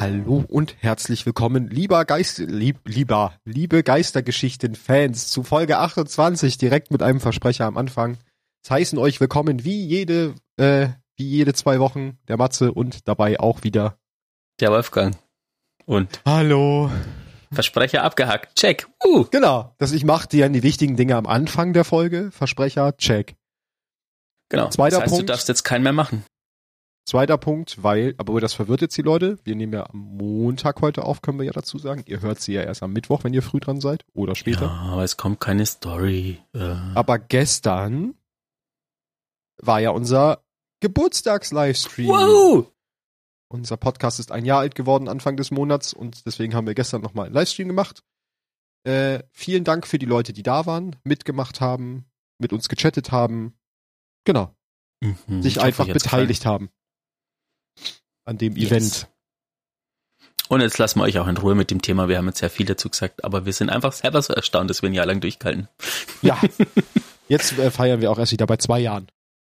Hallo und herzlich willkommen, liebe Geistergeschichten-Fans, zu Folge 28, direkt mit einem Versprecher am Anfang. Es heißen euch willkommen wie jede 2 Wochen der Matze und dabei auch wieder der Wolfgang. Und hallo. Versprecher abgehackt, check. Genau, ich mache dir die wichtigen Dinge am Anfang der Folge, Versprecher, check. Genau, Zweiter das heißt, Punkt. Du darfst jetzt keinen mehr machen. Zweiter Punkt, aber das verwirrt jetzt die Leute. Wir nehmen ja am Montag heute auf, können wir ja dazu sagen. Ihr hört sie ja erst am Mittwoch, wenn ihr früh dran seid oder später. Ja, aber es kommt keine Story. Aber gestern war ja unser Geburtstags-Livestream. Wow! Unser Podcast ist 1 Jahr alt geworden Anfang des Monats und deswegen haben wir gestern nochmal einen Livestream gemacht. Vielen Dank für die Leute, die da waren, mitgemacht haben, mit uns gechattet haben. Genau. Sich einfach beteiligt haben. An dem Event. Und jetzt lassen wir euch auch in Ruhe mit dem Thema. Wir haben jetzt sehr viel dazu gesagt, aber wir sind einfach selber so erstaunt, dass wir ein Jahr lang durchgehalten. Ja, jetzt feiern wir auch erst wieder bei 2 Jahren.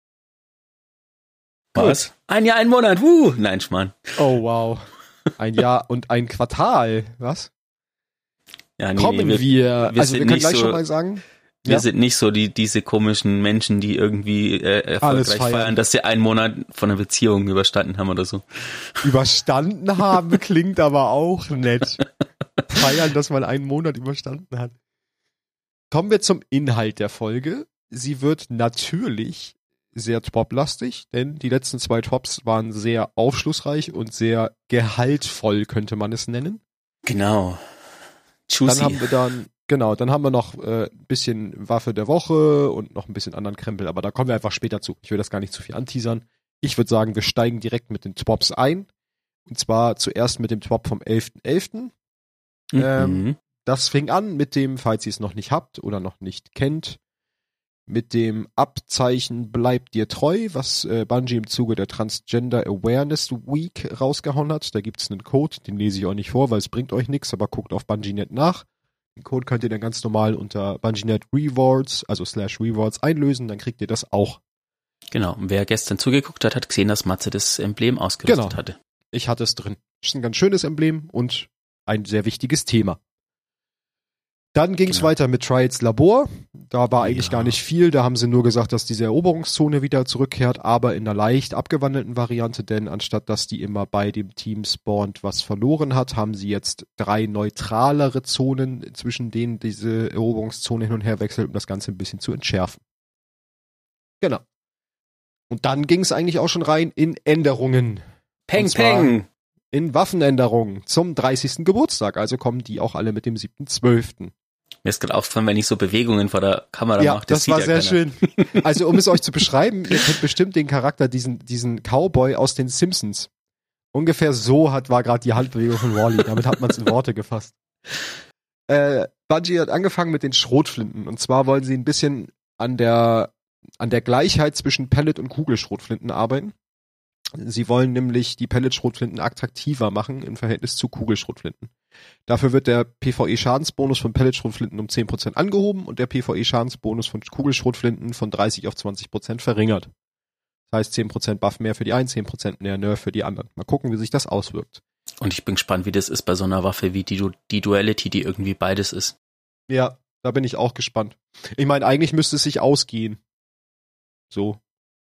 Was? 1 Jahr, 1 Monat, Nein, Schmarrn. Oh, wow. 1 Jahr und ein Quartal, was? Ja, wir können gleich so, schon mal sagen. Wir sind nicht so diese komischen Menschen, die irgendwie erfolgreich feiern, dass sie 1 Monat von einer Beziehung überstanden haben oder so. Überstanden haben klingt aber auch nett. Feiern, dass man 1 Monat überstanden hat. Kommen wir zum Inhalt der Folge. Sie wird natürlich sehr Top-lastig, denn die letzten 2 Tops waren sehr aufschlussreich und sehr gehaltvoll, könnte man es nennen. Genau. Juicy. Dann haben wir noch ein bisschen Waffe der Woche und noch ein bisschen anderen Krempel, aber da kommen wir einfach später zu. Ich will das gar nicht zu viel anteasern. Ich würde sagen, wir steigen direkt mit den Twops ein. Und zwar zuerst mit dem Twop vom 11.11. Das fing an mit dem, falls ihr es noch nicht habt oder noch nicht kennt, mit dem Abzeichen Bleib dir treu, was Bungie im Zuge der Transgender Awareness Week rausgehauen hat. Da gibt's einen Code, den lese ich euch nicht vor, weil es bringt euch nichts, aber guckt auf Bungie.net nach. Den Code könnt ihr dann ganz normal unter Bungie.net Rewards, also /Rewards einlösen, dann kriegt ihr das auch. Genau, und wer gestern zugeguckt hat, hat gesehen, dass Matze das Emblem ausgerüstet hatte. Ich hatte es drin. Das ist ein ganz schönes Emblem und ein sehr wichtiges Thema. Dann ging es weiter mit Trials Labor. Da war eigentlich gar nicht viel. Da haben sie nur gesagt, dass diese Eroberungszone wieder zurückkehrt, aber in einer leicht abgewandelten Variante, denn anstatt dass die immer bei dem Team spawnt, was verloren hat, haben sie jetzt 3 neutralere Zonen, zwischen denen diese Eroberungszone hin und her wechselt, um das Ganze ein bisschen zu entschärfen. Genau. Und dann ging es eigentlich auch schon rein in Änderungen. Peng, peng! In Waffenänderungen zum 30. Geburtstag. Also kommen die auch alle mit dem 7.12. Mir ist gerade aufgefallen, wenn ich so Bewegungen vor der Kamera mache. Das war sehr schön. Also um es euch zu beschreiben, ihr kennt bestimmt den Charakter, diesen Cowboy aus den Simpsons. Ungefähr so war gerade die Handbewegung von Wall-E. Damit hat man es in Worte gefasst. Bungie hat angefangen mit den Schrotflinten. Und zwar wollen sie ein bisschen an der Gleichheit zwischen Pellet- und Kugelschrotflinten arbeiten. Sie wollen nämlich die Pellet-Schrotflinten attraktiver machen im Verhältnis zu Kugelschrotflinten. Dafür wird der PvE-Schadensbonus von Pellet-Schrotflinten um 10% angehoben und der PvE-Schadensbonus von Kugelschrotflinten von 30 auf 20% verringert. Das heißt 10% Buff mehr für die einen, 10% mehr Nerf für die anderen. Mal gucken, wie sich das auswirkt. Und ich bin gespannt, wie das ist bei so einer Waffe wie die Duality, die irgendwie beides ist. Ja, da bin ich auch gespannt. Ich meine, eigentlich müsste es sich ausgehen. So.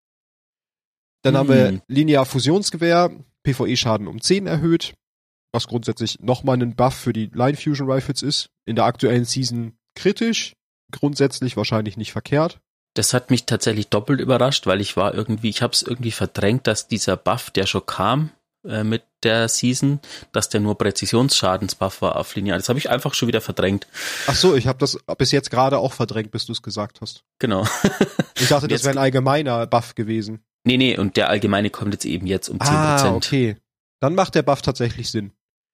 Dann haben wir Linear-Fusionsgewehr, PvE-Schaden um 10 erhöht, was grundsätzlich nochmal ein Buff für die Line-Fusion-Rifles ist. In der aktuellen Season kritisch, grundsätzlich wahrscheinlich nicht verkehrt. Das hat mich tatsächlich doppelt überrascht, weil ich habe es irgendwie verdrängt, dass dieser Buff, der schon kam mit der Season, dass der nur Präzisionsschadensbuff war auf Linear. Das habe ich einfach schon wieder verdrängt. Ach so, ich habe das bis jetzt gerade auch verdrängt, bis du es gesagt hast. Genau. Ich dachte, das wäre ein allgemeiner Buff gewesen. Nee, und der allgemeine kommt jetzt eben jetzt um 10%. Ah, okay. Dann macht der Buff tatsächlich Sinn.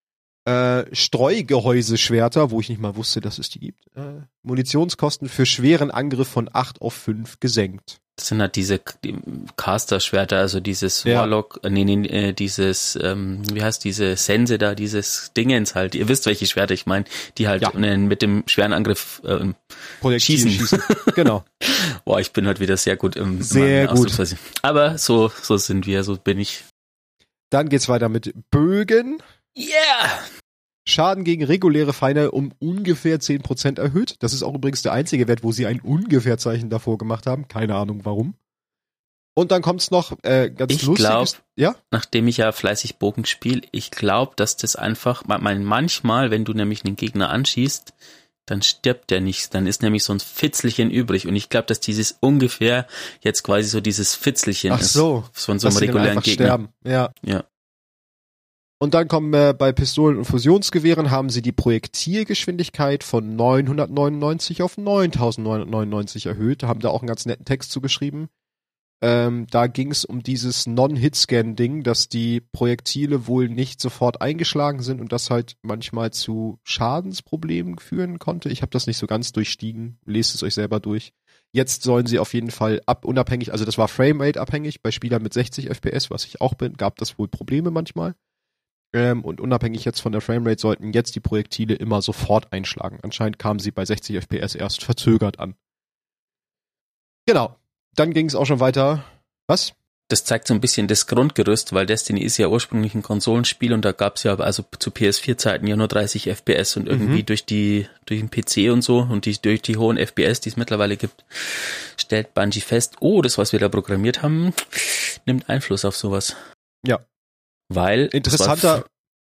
Streugehäuseschwerter, wo ich nicht mal wusste, dass es die gibt. Munitionskosten für schweren Angriff von 8 auf 5 gesenkt. Das sind halt diese Caster-Schwerter, also dieses Warlock, dieses, wie heißt diese Sense da, dieses Dingens halt. Ihr wisst, welche Schwerter ich meine, die halt mit dem schweren Angriff schießen. Genau. Boah, ich bin heute wieder sehr gut im sehr gut. Aber so sind wir, so bin ich. Dann geht's weiter mit Bögen. Yeah! Schaden gegen reguläre Feinde um ungefähr 10% erhöht. Das ist auch übrigens der einzige Wert, wo sie ein Ungefährzeichen davor gemacht haben. Keine Ahnung warum. Und dann kommt's noch ganz lustig. Ich glaube, ja? Nachdem ich ja fleißig Bogen spiele, ich glaube, dass das einfach, manchmal, wenn du nämlich einen Gegner anschießt, dann stirbt der nicht. Dann ist nämlich so ein Fitzelchen übrig. Und ich glaube, dass dieses ungefähr jetzt quasi so dieses Fitzelchen ist. Von so einem regulären Gegner. Sterben. Ja. Und dann kommen bei Pistolen und Fusionsgewehren haben sie die Projektilgeschwindigkeit von 999 auf 9999 erhöht. Haben da auch einen ganz netten Text zugeschrieben. Da ging es um dieses Non-Hit-Scan-Ding, dass die Projektile wohl nicht sofort eingeschlagen sind und das halt manchmal zu Schadensproblemen führen konnte. Ich habe das nicht so ganz durchstiegen. Lest es euch selber durch. Jetzt sollen sie auf jeden Fall unabhängig, also das war Framerate abhängig, bei Spielern mit 60 FPS, was ich auch bin, gab das wohl Probleme manchmal. Und unabhängig jetzt von der Framerate sollten jetzt die Projektile immer sofort einschlagen. Anscheinend kamen sie bei 60 FPS erst verzögert an. Genau. Dann ging es auch schon weiter. Was? Das zeigt so ein bisschen das Grundgerüst, weil Destiny ist ja ursprünglich ein Konsolenspiel und da gab es ja also zu PS4-Zeiten ja nur 30 FPS und irgendwie durch den PC und so und durch die hohen FPS, die es mittlerweile gibt, stellt Bungie fest, das, was wir da programmiert haben, nimmt Einfluss auf sowas. Ja. Weil interessanter.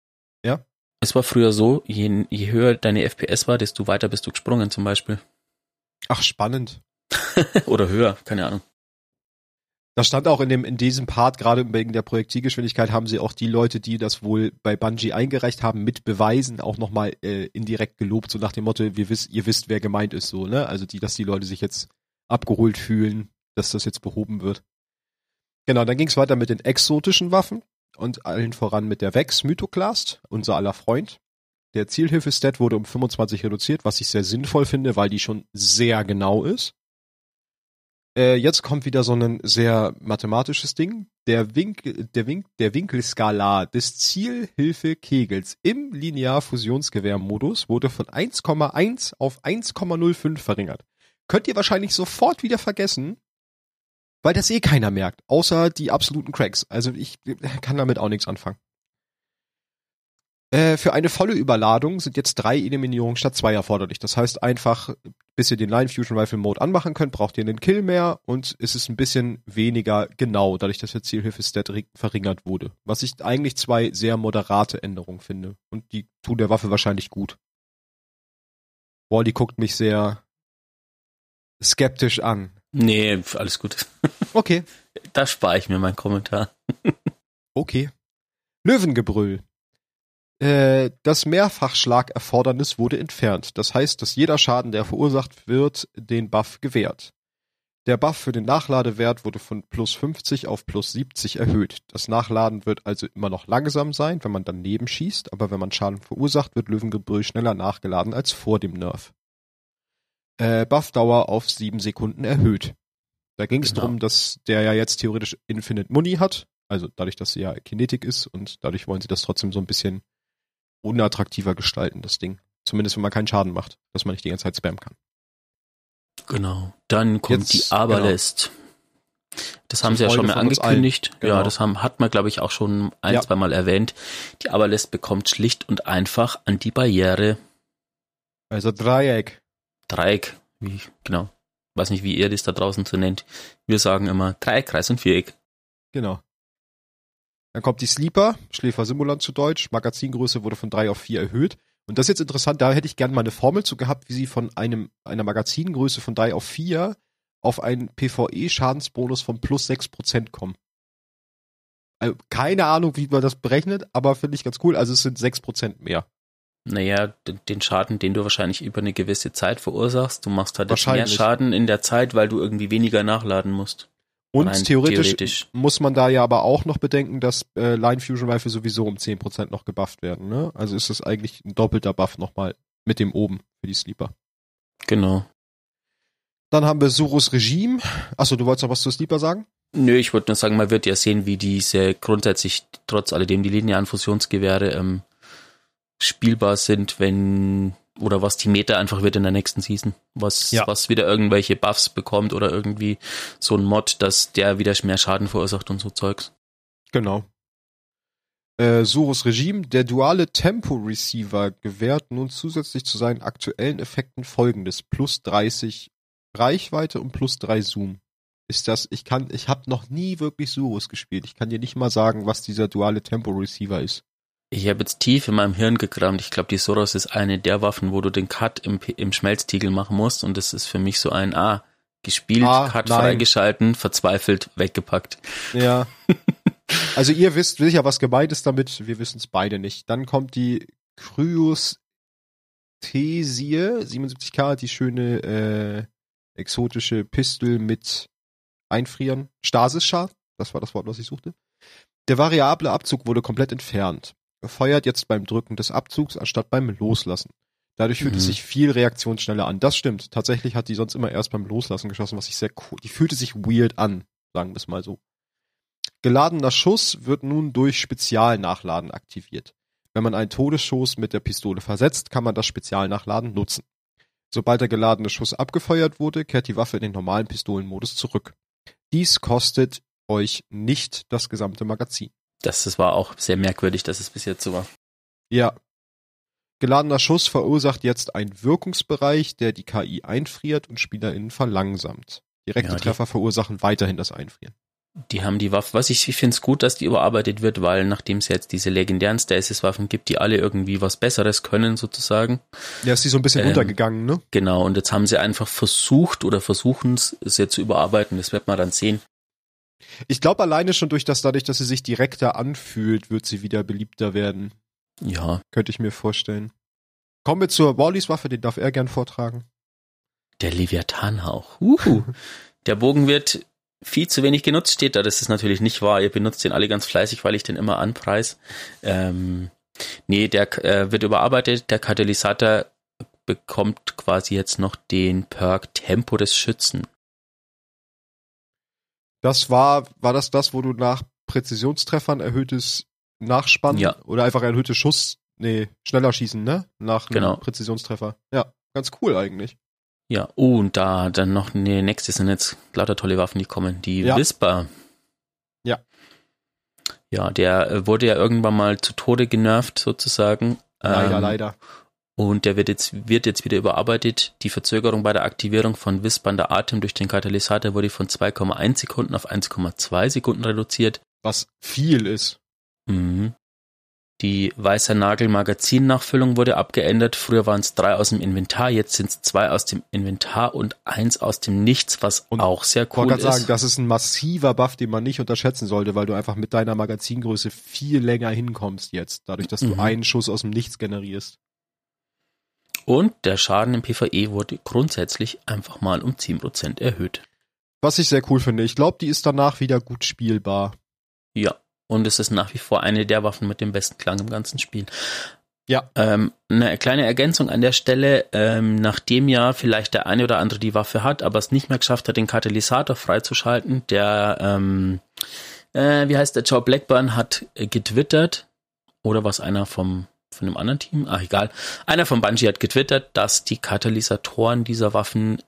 Es war früher so, je höher deine FPS war, desto weiter bist du gesprungen zum Beispiel. Ach, spannend. Oder höher, keine Ahnung. Da stand auch in diesem Part, gerade wegen der Projektilgeschwindigkeit, haben sie auch die Leute, die das wohl bei Bungie eingereicht haben, mit Beweisen auch nochmal indirekt gelobt, so nach dem Motto, ihr wisst, wer gemeint ist, so, ne? Also dass die Leute sich jetzt abgeholt fühlen, dass das jetzt behoben wird. Genau, dann ging es weiter mit den exotischen Waffen und allen voran mit der Vex Mythoclast, unser aller Freund. Der Zielhilfe-Stat wurde um 25 reduziert, was ich sehr sinnvoll finde, weil die schon sehr genau ist. Jetzt kommt wieder so ein sehr mathematisches Ding. Der Winkelskalar des Zielhilfe-Kegels im Linear-Fusionsgewehr-Modus wurde von 1,1 auf 1,05 verringert. Könnt ihr wahrscheinlich sofort wieder vergessen, weil das keiner merkt, außer die absoluten Cracks. Also ich kann damit auch nichts anfangen. Für eine volle Überladung sind jetzt 3 Eliminierungen statt 2 erforderlich. Das heißt einfach, bis ihr den Line Fusion Rifle Mode anmachen könnt, braucht ihr einen Kill mehr und es ist ein bisschen weniger genau, dadurch, dass der Zielhilfe-Stat verringert wurde. Was ich eigentlich 2 sehr moderate Änderungen finde. Und die tun der Waffe wahrscheinlich gut. Wally guckt mich sehr skeptisch an. Nee, alles gut. Okay. Da spare ich mir meinen Kommentar. Okay. Löwengebrüll. Das Mehrfachschlagerfordernis wurde entfernt. Das heißt, dass jeder Schaden, der verursacht wird, den Buff gewährt. Der Buff für den Nachladewert wurde von plus 50 auf plus 70 erhöht. Das Nachladen wird also immer noch langsam sein, wenn man daneben schießt, aber wenn man Schaden verursacht, wird Löwengebrüll schneller nachgeladen als vor dem Nerf. Buffdauer auf 7 Sekunden erhöht. Da ging es darum, dass der ja jetzt theoretisch Infinite Muni hat, also dadurch, dass sie ja Kinetik ist und dadurch wollen sie das trotzdem so ein bisschen unattraktiver gestalten, das Ding. Zumindest, wenn man keinen Schaden macht, dass man nicht die ganze Zeit spammen kann. Genau. Dann kommt jetzt, die Aberlist. Genau. Das haben sie ja schon mal angekündigt. Genau. Ja, das hat man, glaube ich, auch schon zwei Mal erwähnt. Die Aberlist bekommt schlicht und einfach Anti-Barriere. Also Dreieck. Genau. Weiß nicht, wie ihr das da draußen so nennt. Wir sagen immer Dreieck, Kreis und Viereck. Genau. Dann kommt die Sleeper, Schläfer-Simulant zu Deutsch. Magazingröße wurde von 3 auf 4 erhöht. Und das ist jetzt interessant, da hätte ich gerne mal eine Formel zu gehabt, wie sie von einer Magazingröße von 3 auf 4 auf einen PvE-Schadensbonus von plus 6% kommen. Also keine Ahnung, wie man das berechnet, aber finde ich ganz cool. Also es sind 6% mehr. Naja, den Schaden, den du wahrscheinlich über eine gewisse Zeit verursachst, du machst halt mehr Schaden in der Zeit, weil du irgendwie weniger nachladen musst. Und theoretisch muss man da ja aber auch noch bedenken, dass Line Fusion Rifle sowieso um 10% noch gebufft werden, ne? Also ist das eigentlich ein doppelter Buff nochmal mit dem oben für die Sleeper. Genau. Dann haben wir Surus Regime. Achso, du wolltest noch was zu Sleeper sagen? Nö, ich wollte nur sagen, man wird ja sehen, wie diese grundsätzlich trotz alledem die linearen Fusionsgewehre spielbar sind, oder was die Meta einfach wird in der nächsten Season. Was wieder irgendwelche Buffs bekommt oder irgendwie so ein Mod, dass der wieder mehr Schaden verursacht und so Zeugs. Genau. Surus Regime, der duale Tempo-Receiver gewährt nun zusätzlich zu seinen aktuellen Effekten folgendes: plus 30 Reichweite und plus 3 Zoom. Ich habe noch nie wirklich Surus gespielt. Ich kann dir nicht mal sagen, was dieser duale Tempo-Receiver ist. Ich habe jetzt tief in meinem Hirn gekramt. Ich glaube, die Surus ist eine der Waffen, wo du den Cut im Schmelztiegel machen musst, und das ist für mich so ein gespielt, Cut freigeschalten, verzweifelt, weggepackt. Ja. Also ihr wisst sicher, was gemeint ist damit, wir wissen es beide nicht. Dann kommt die Kryosthesie 77K, die schöne exotische Pistol mit Einfrieren. Stasis-Schad, das war das Wort, was ich suchte. Der variable Abzug wurde komplett entfernt. Feuert jetzt beim Drücken des Abzugs anstatt beim Loslassen. Dadurch fühlt es sich viel reaktionsschneller an. Das stimmt. Tatsächlich hat die sonst immer erst beim Loslassen geschossen, was ich sehr cool. Die fühlte sich weird an, sagen wir es mal so. Geladener Schuss wird nun durch Spezialnachladen aktiviert. Wenn man einen Todesschuss mit der Pistole versetzt, kann man das Spezialnachladen nutzen. Sobald der geladene Schuss abgefeuert wurde, kehrt die Waffe in den normalen Pistolenmodus zurück. Dies kostet euch nicht das gesamte Magazin. Das war auch sehr merkwürdig, dass es bis jetzt so war. Ja. Geladener Schuss verursacht jetzt einen Wirkungsbereich, der die KI einfriert und SpielerInnen verlangsamt. Direkte Treffer verursachen weiterhin das Einfrieren. Die haben die Waffe, ich finde es gut, dass die überarbeitet wird, weil nachdem es jetzt diese legendären Stasis-Waffen gibt, die alle irgendwie was Besseres können sozusagen. Ja, ist die so ein bisschen runtergegangen, ne? Genau, und jetzt haben sie einfach versuchen es jetzt zu überarbeiten, das wird man dann sehen. Ich glaube alleine schon dadurch, dass sie sich direkter anfühlt, wird sie wieder beliebter werden. Ja. Könnte ich mir vorstellen. Kommen wir zur Wallys Waffe, den darf er gern vortragen. Der Leviathan-Hauch. Der Bogen wird viel zu wenig genutzt, steht da. Das ist natürlich nicht wahr. Ihr benutzt den alle ganz fleißig, weil ich den immer anpreis. Der wird überarbeitet. Der Katalysator bekommt quasi jetzt noch den Perk Tempo des Schützen. Das war das, wo du nach Präzisionstreffern erhöhtes Nachspannen oder einfach erhöhte schneller schießen, ne? Nach einem Präzisionstreffer. Ja, ganz cool eigentlich. Ja, und da dann noch nächstes sind jetzt lauter tolle Waffen, die kommen. Die Whisper. Ja. Ja, der wurde ja irgendwann mal zu Tode genervt, sozusagen. Leider. Und der wird jetzt wieder überarbeitet. Die Verzögerung bei der Aktivierung von wispernder Atem durch den Katalysator wurde von 2,1 Sekunden auf 1,2 Sekunden reduziert. Was viel ist. Mhm. Die weißer Nagel Magazinnachfüllung wurde abgeändert. Früher waren es 3 aus dem Inventar, jetzt sind es 2 aus dem Inventar und 1 aus dem Nichts, was auch sehr cool ist. Ich wollte sagen, das ist ein massiver Buff, den man nicht unterschätzen sollte, weil du einfach mit deiner Magazingröße viel länger hinkommst jetzt, dadurch, dass du einen Schuss aus dem Nichts generierst. Und der Schaden im PvE wurde grundsätzlich einfach mal um 10% erhöht. Was ich sehr cool finde. Ich glaube, die ist danach wieder gut spielbar. Ja. Und es ist nach wie vor eine der Waffen mit dem besten Klang im ganzen Spiel. Ja. Eine kleine Ergänzung an der Stelle, nachdem ja vielleicht der eine oder andere die Waffe hat, aber es nicht mehr geschafft hat, den Katalysator freizuschalten, der, wie heißt der, Joe Blackburn hat getwittert, oder was einer von einem anderen Team? Egal. Einer von Bungie hat getwittert, dass die Katalysatoren dieser Waffen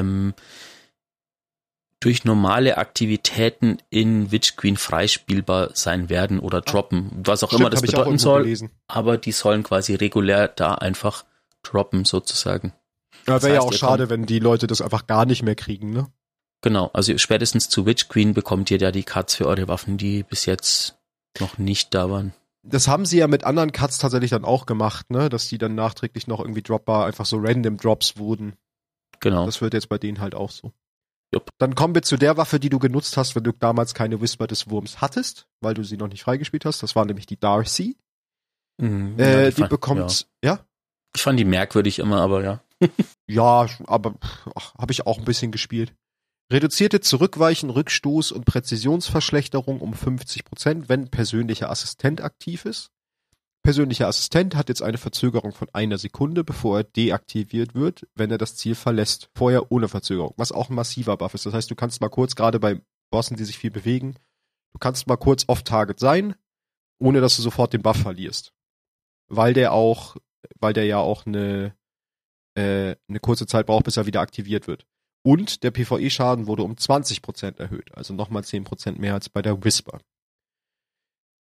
durch normale Aktivitäten in Witch Queen freispielbar sein werden oder droppen, was auch immer das bedeuten soll, aber die sollen quasi regulär da einfach droppen sozusagen. Ja, wäre ja auch schade, wenn die Leute das einfach gar nicht mehr kriegen, ne? Genau, also spätestens zu Witch Queen bekommt ihr ja die Cuts für eure Waffen, die bis jetzt noch nicht da waren. Das haben sie ja mit anderen Cuts tatsächlich dann auch gemacht, ne? Dass die dann nachträglich noch irgendwie droppbar, einfach so random Drops wurden. Genau. Das wird jetzt bei denen halt auch so. Dann kommen wir zu der Waffe, die du genutzt hast, wenn du damals keine Whisper des Wurms hattest, weil du sie noch nicht freigespielt hast. Das war nämlich die Darcy. Die bekommt, Ich fand die merkwürdig immer, aber ja. Ja, aber habe ich auch ein bisschen gespielt. Reduzierte Zurückweichen, Rückstoß und Präzisionsverschlechterung um 50%, wenn persönlicher Assistent aktiv ist. Persönlicher Assistent hat jetzt eine Verzögerung von 1 Sekunde, bevor er deaktiviert wird, wenn er das Ziel verlässt. Vorher ohne Verzögerung, was auch ein massiver Buff ist. Das heißt, du kannst mal kurz, gerade bei Bossen, die sich viel bewegen, du kannst mal kurz off-target sein, ohne dass du sofort den Buff verlierst. Weil der ja auch eine kurze Zeit braucht, bis er wieder aktiviert wird. Und der PvE-Schaden wurde um 20% erhöht, also nochmal 10% mehr als bei der Whisper.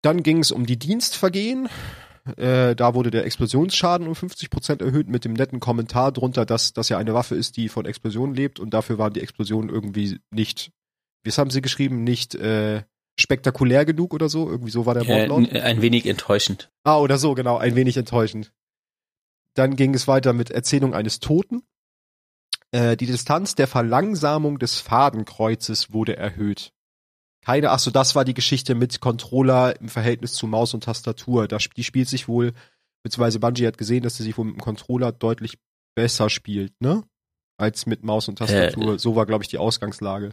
Dann ging es um die Dienstvergehen. Da wurde der Explosionsschaden um 50% erhöht mit dem netten Kommentar drunter, dass das ja eine Waffe ist, die von Explosionen lebt und dafür waren die Explosionen irgendwie nicht, wie haben sie geschrieben, nicht spektakulär genug oder so. Irgendwie so war der Wortlaut. Ein wenig enttäuschend. Oder so, genau, ein wenig enttäuschend. Dann ging es weiter mit Erzählung eines Toten. Die Distanz der Verlangsamung des Fadenkreuzes wurde erhöht. Das war die Geschichte mit Controller im Verhältnis zu Maus und Tastatur. Die spielt sich wohl, beziehungsweise Bungie hat gesehen, dass sie sich wohl mit dem Controller deutlich besser spielt, ne? Als mit Maus und Tastatur. So war, glaube ich, die Ausgangslage.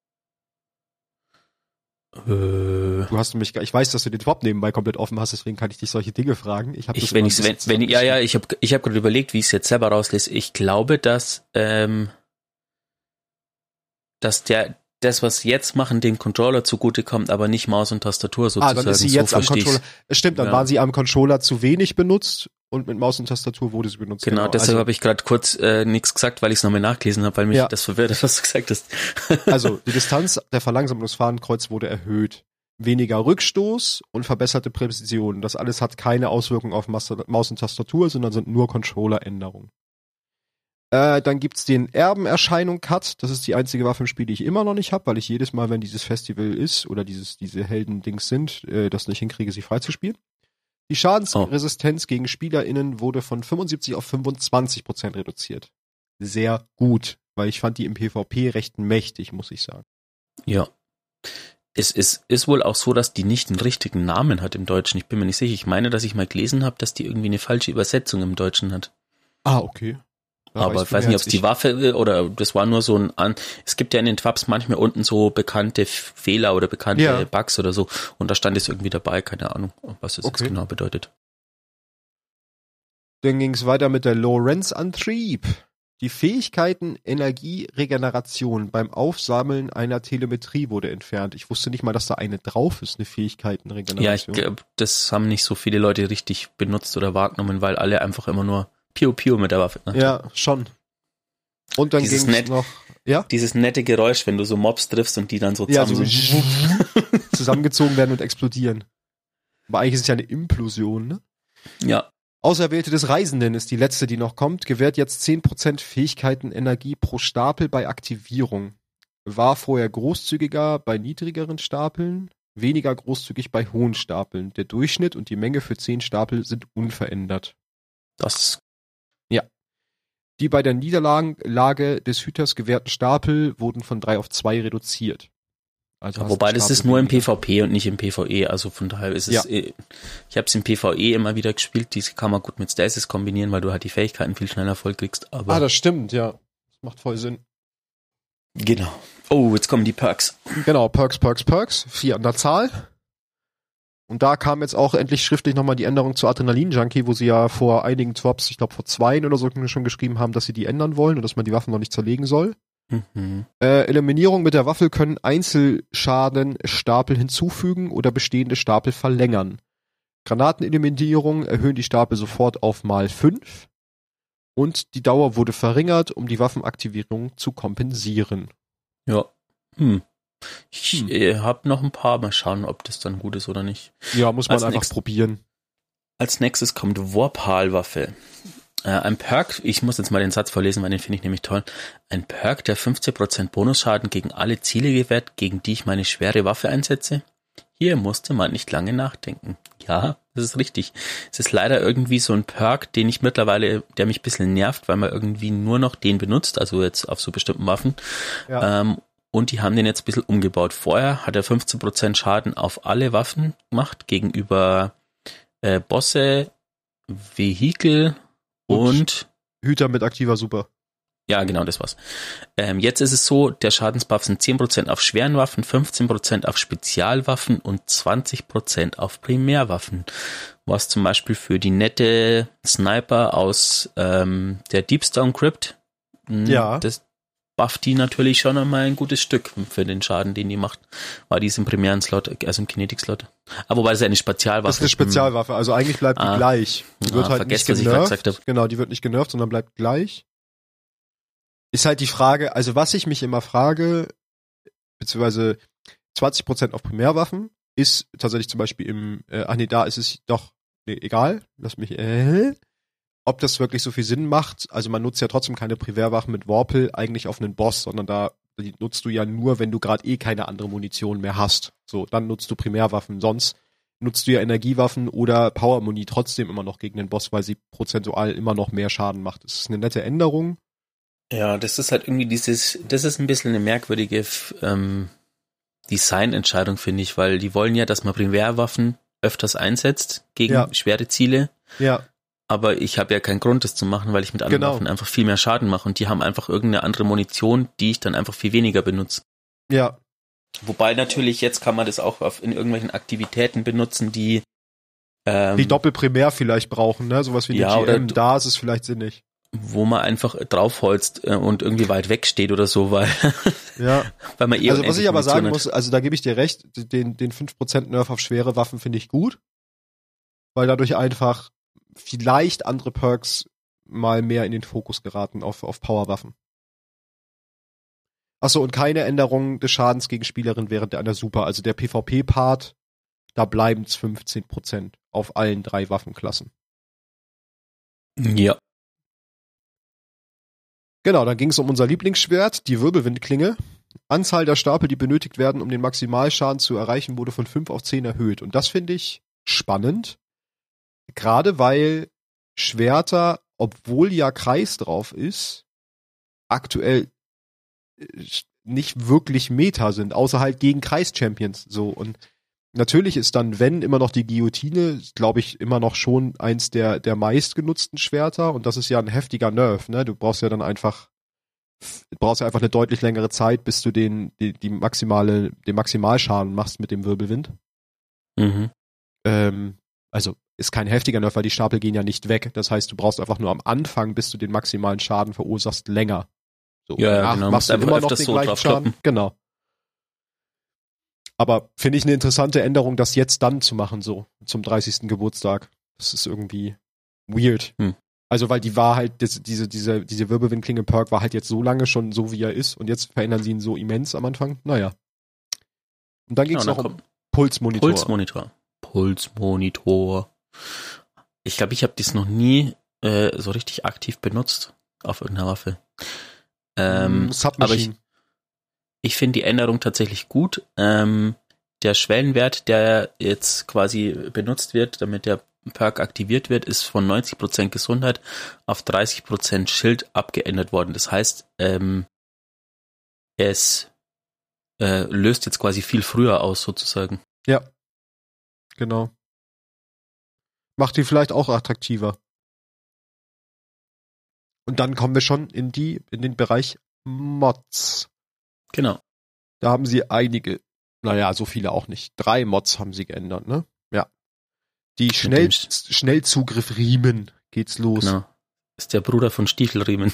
Du hast mich, ich weiß, dass du den Twop nebenbei komplett offen hast, deswegen kann ich dich solche Dinge fragen. Ich habe gerade überlegt, wie ich es jetzt selber rauslese. Ich glaube, dass das, was sie jetzt machen, dem Controller zugutekommt, aber nicht Maus und Tastatur sozusagen. Dann ist sie jetzt am Controller. Stimmt, dann war sie am Controller zu wenig benutzt und mit Maus und Tastatur wurde sie benutzt. Genau, deshalb habe ich gerade kurz nichts gesagt, weil ich es nochmal nachgelesen habe, weil mich das verwirrt hat, was du gesagt hast. Also die Distanz der Verlangsamung des Fadenkreuzes wurde erhöht. Weniger Rückstoß und verbesserte Präzision. Das alles hat keine Auswirkung auf Maus und Tastatur, sondern sind nur Controller-Änderungen. Dann gibt's den Erbenerscheinung-Cut. Das ist die einzige Waffe im Spiel, die ich immer noch nicht habe, weil ich jedes Mal, wenn dieses Festival ist oder diese Helden-Dings sind, das nicht hinkriege, sie freizuspielen. Die Schadensresistenz gegen SpielerInnen wurde von 75 auf 25% reduziert. Sehr gut, weil ich fand die im PvP recht mächtig, muss ich sagen. Ja. Es ist wohl auch so, dass die nicht einen richtigen Namen hat im Deutschen. Ich bin mir nicht sicher. Ich meine, dass ich mal gelesen habe, dass die irgendwie eine falsche Übersetzung im Deutschen hat. Okay. Aber ich weiß nicht, ob es die Waffe oder das war nur so es gibt ja in den Twabs manchmal unten so bekannte Fehler oder bekannte Bugs oder so und da stand es irgendwie dabei, keine Ahnung, was das jetzt genau bedeutet. Dann ging es weiter mit der Lorentz-Antrieb. Die Fähigkeiten Energieregeneration beim Aufsammeln einer Telemetrie wurde entfernt. Ich wusste nicht mal, dass da eine drauf ist, eine Fähigkeitenregeneration. Ja, ich glaube, das haben nicht so viele Leute richtig benutzt oder wahrgenommen, weil alle einfach immer nur Piu-Piu mit der Waffe. Ne? Ja, schon. Und dann ging es noch... Ja? Dieses nette Geräusch, wenn du so Mobs triffst und die dann so zusammengezogen werden und explodieren. Aber eigentlich ist es ja eine Implosion, ne? Ja. Auserwählte des Reisenden ist die letzte, die noch kommt. Gewährt jetzt 10% Fähigkeitenenergie pro Stapel bei Aktivierung. War vorher großzügiger bei niedrigeren Stapeln, weniger großzügig bei hohen Stapeln. Der Durchschnitt und die Menge für 10 Stapel sind unverändert. Die bei der Niederlage des Hüters gewährten Stapel wurden von 3 auf 2 reduziert. Also wobei das ist nur im PvP und nicht im PvE, also von daher ist es, ich habe es im PvE immer wieder gespielt, diese kann man gut mit Stasis kombinieren, weil du halt die Fähigkeiten viel schneller voll kriegst. Aber das stimmt, ja. Das macht voll Sinn. Genau. Oh, jetzt kommen die Perks. Genau, Perks. 4 an der Zahl. Und da kam jetzt auch endlich schriftlich nochmal die Änderung zu Adrenalin Junkie, wo sie ja vor einigen Twops, ich glaube vor 2 oder so schon geschrieben haben, dass sie die ändern wollen und dass man die Waffen noch nicht zerlegen soll. Mhm. Eliminierung mit der Waffe können Einzelschadenstapel hinzufügen oder bestehende Stapel verlängern. Granateneliminierung erhöhen die Stapel sofort auf mal 5. Und die Dauer wurde verringert, um die Waffenaktivierung zu kompensieren. Ja. Ich habe noch ein paar, mal schauen, ob das dann gut ist oder nicht. Ja, muss man einfach probieren. Als nächstes kommt Warpal-Waffe. Ein Perk, ich muss jetzt mal den Satz vorlesen, weil den finde ich nämlich toll. Ein Perk, der 15% Bonusschaden gegen alle Ziele gewährt, gegen die ich meine schwere Waffe einsetze. Hier musste man nicht lange nachdenken. Ja, das ist richtig. Es ist leider irgendwie so ein Perk, der mich ein bisschen nervt, weil man irgendwie nur noch den benutzt, also jetzt auf so bestimmten Waffen. Ja. Und die haben den jetzt ein bisschen umgebaut. Vorher hat er 15% Schaden auf alle Waffen gemacht, gegenüber Bosse, Vehikel und Hüter mit aktiver Super. Ja, genau, das war's. Jetzt ist es so, der Schadensbuff sind 10% auf schweren Waffen, 15% auf Spezialwaffen und 20% auf Primärwaffen. Was zum Beispiel für die nette Sniper aus der Deepstone Crypt, das bufft die natürlich schon einmal ein gutes Stück für den Schaden, den die macht. War die ist im primären Slot, also im Kinetic-Slot. Aber wobei das ist eine Spezialwaffe. Das ist eine Spezialwaffe, also eigentlich bleibt die gleich. Die wird halt nicht genervt. Genau, die wird nicht genervt, sondern bleibt gleich. Ist halt die Frage, also was ich mich immer frage, beziehungsweise 20% auf Primärwaffen, ist tatsächlich zum Beispiel da ist es doch, egal, lass mich, ob das wirklich so viel Sinn macht. Also man nutzt ja trotzdem keine Primärwaffen mit Vorpal eigentlich auf einen Boss, sondern die nutzt du ja nur, wenn du gerade keine andere Munition mehr hast. So, dann nutzt du Primärwaffen. Sonst nutzt du ja Energiewaffen oder Power-Muni trotzdem immer noch gegen den Boss, weil sie prozentual immer noch mehr Schaden macht. Das ist eine nette Änderung. Ja, das ist halt irgendwie das ist ein bisschen eine merkwürdige Designentscheidung, finde ich, weil die wollen ja, dass man Primärwaffen öfters einsetzt gegen schwere Ziele. Ja. Aber ich habe ja keinen Grund, das zu machen, weil ich mit anderen Waffen einfach viel mehr Schaden mache und die haben einfach irgendeine andere Munition, die ich dann einfach viel weniger benutze. Ja. Wobei natürlich, jetzt kann man das auch in irgendwelchen Aktivitäten benutzen, die Doppelprimär vielleicht brauchen, ne? Sowas wie die GM, da ist es vielleicht sinnig. Wo man einfach draufholzt und irgendwie weit weg steht oder so, weil, weil man also was ich aber sagen muss, also da gebe ich dir recht, den 5% Nerf auf schwere Waffen finde ich gut, weil dadurch einfach vielleicht andere Perks mal mehr in den Fokus geraten auf Powerwaffen. Achso, und keine Änderung des Schadens gegen Spielerinnen während einer Super. Also der PvP-Part, da bleiben's 15% auf allen 3 Waffenklassen. Ja. Genau, dann ging es um unser Lieblingsschwert, die Wirbelwindklinge. Anzahl der Stapel, die benötigt werden, um den Maximalschaden zu erreichen, wurde von 5 auf 10 erhöht. Und das finde ich spannend. Gerade weil Schwerter, obwohl ja Kreis drauf ist, aktuell nicht wirklich Meta sind, außer halt gegen Kreis-Champions. So. Und natürlich ist dann, wenn, immer noch die Guillotine, glaube ich, immer noch schon eins der meistgenutzten Schwerter. Und das ist ja ein heftiger Nerf, ne? Du brauchst ja einfach eine deutlich längere Zeit, bis du den Maximalschaden machst mit dem Wirbelwind. Mhm. Also ist kein heftiger Nerf, weil die Stapel gehen ja nicht weg. Das heißt, du brauchst einfach nur am Anfang, bis du den maximalen Schaden verursachst, länger. So, ja, genau. Machst du immer noch den so gleichen Schaden. Genau. Aber finde ich eine interessante Änderung, das jetzt dann zu machen, so zum 30. Geburtstag. Das ist irgendwie weird. Also, weil die war halt, diese Wirbelwindklinge-Perk war halt jetzt so lange schon so, wie er ist. Und jetzt verändern sie ihn so immens am Anfang. Naja. Und dann ging es noch um Pulsmonitor. Pulsmonitor. Ich glaube, ich habe dies noch nie so richtig aktiv benutzt auf irgendeiner Waffe. Aber ich finde die Änderung tatsächlich gut. Der Schwellenwert, der jetzt quasi benutzt wird, damit der Perk aktiviert wird, ist von 90% Gesundheit auf 30% Schild abgeändert worden. Das heißt, es löst jetzt quasi viel früher aus, sozusagen. Ja, genau. Macht die vielleicht auch attraktiver. Und dann kommen wir schon in den Bereich Mods. Genau. Da haben sie einige, naja, so viele auch nicht. 3 Mods haben sie geändert, ne? Ja. Die Schnellzugriff-Riemen geht's los. Genau. Ist der Bruder von Stichelriemen.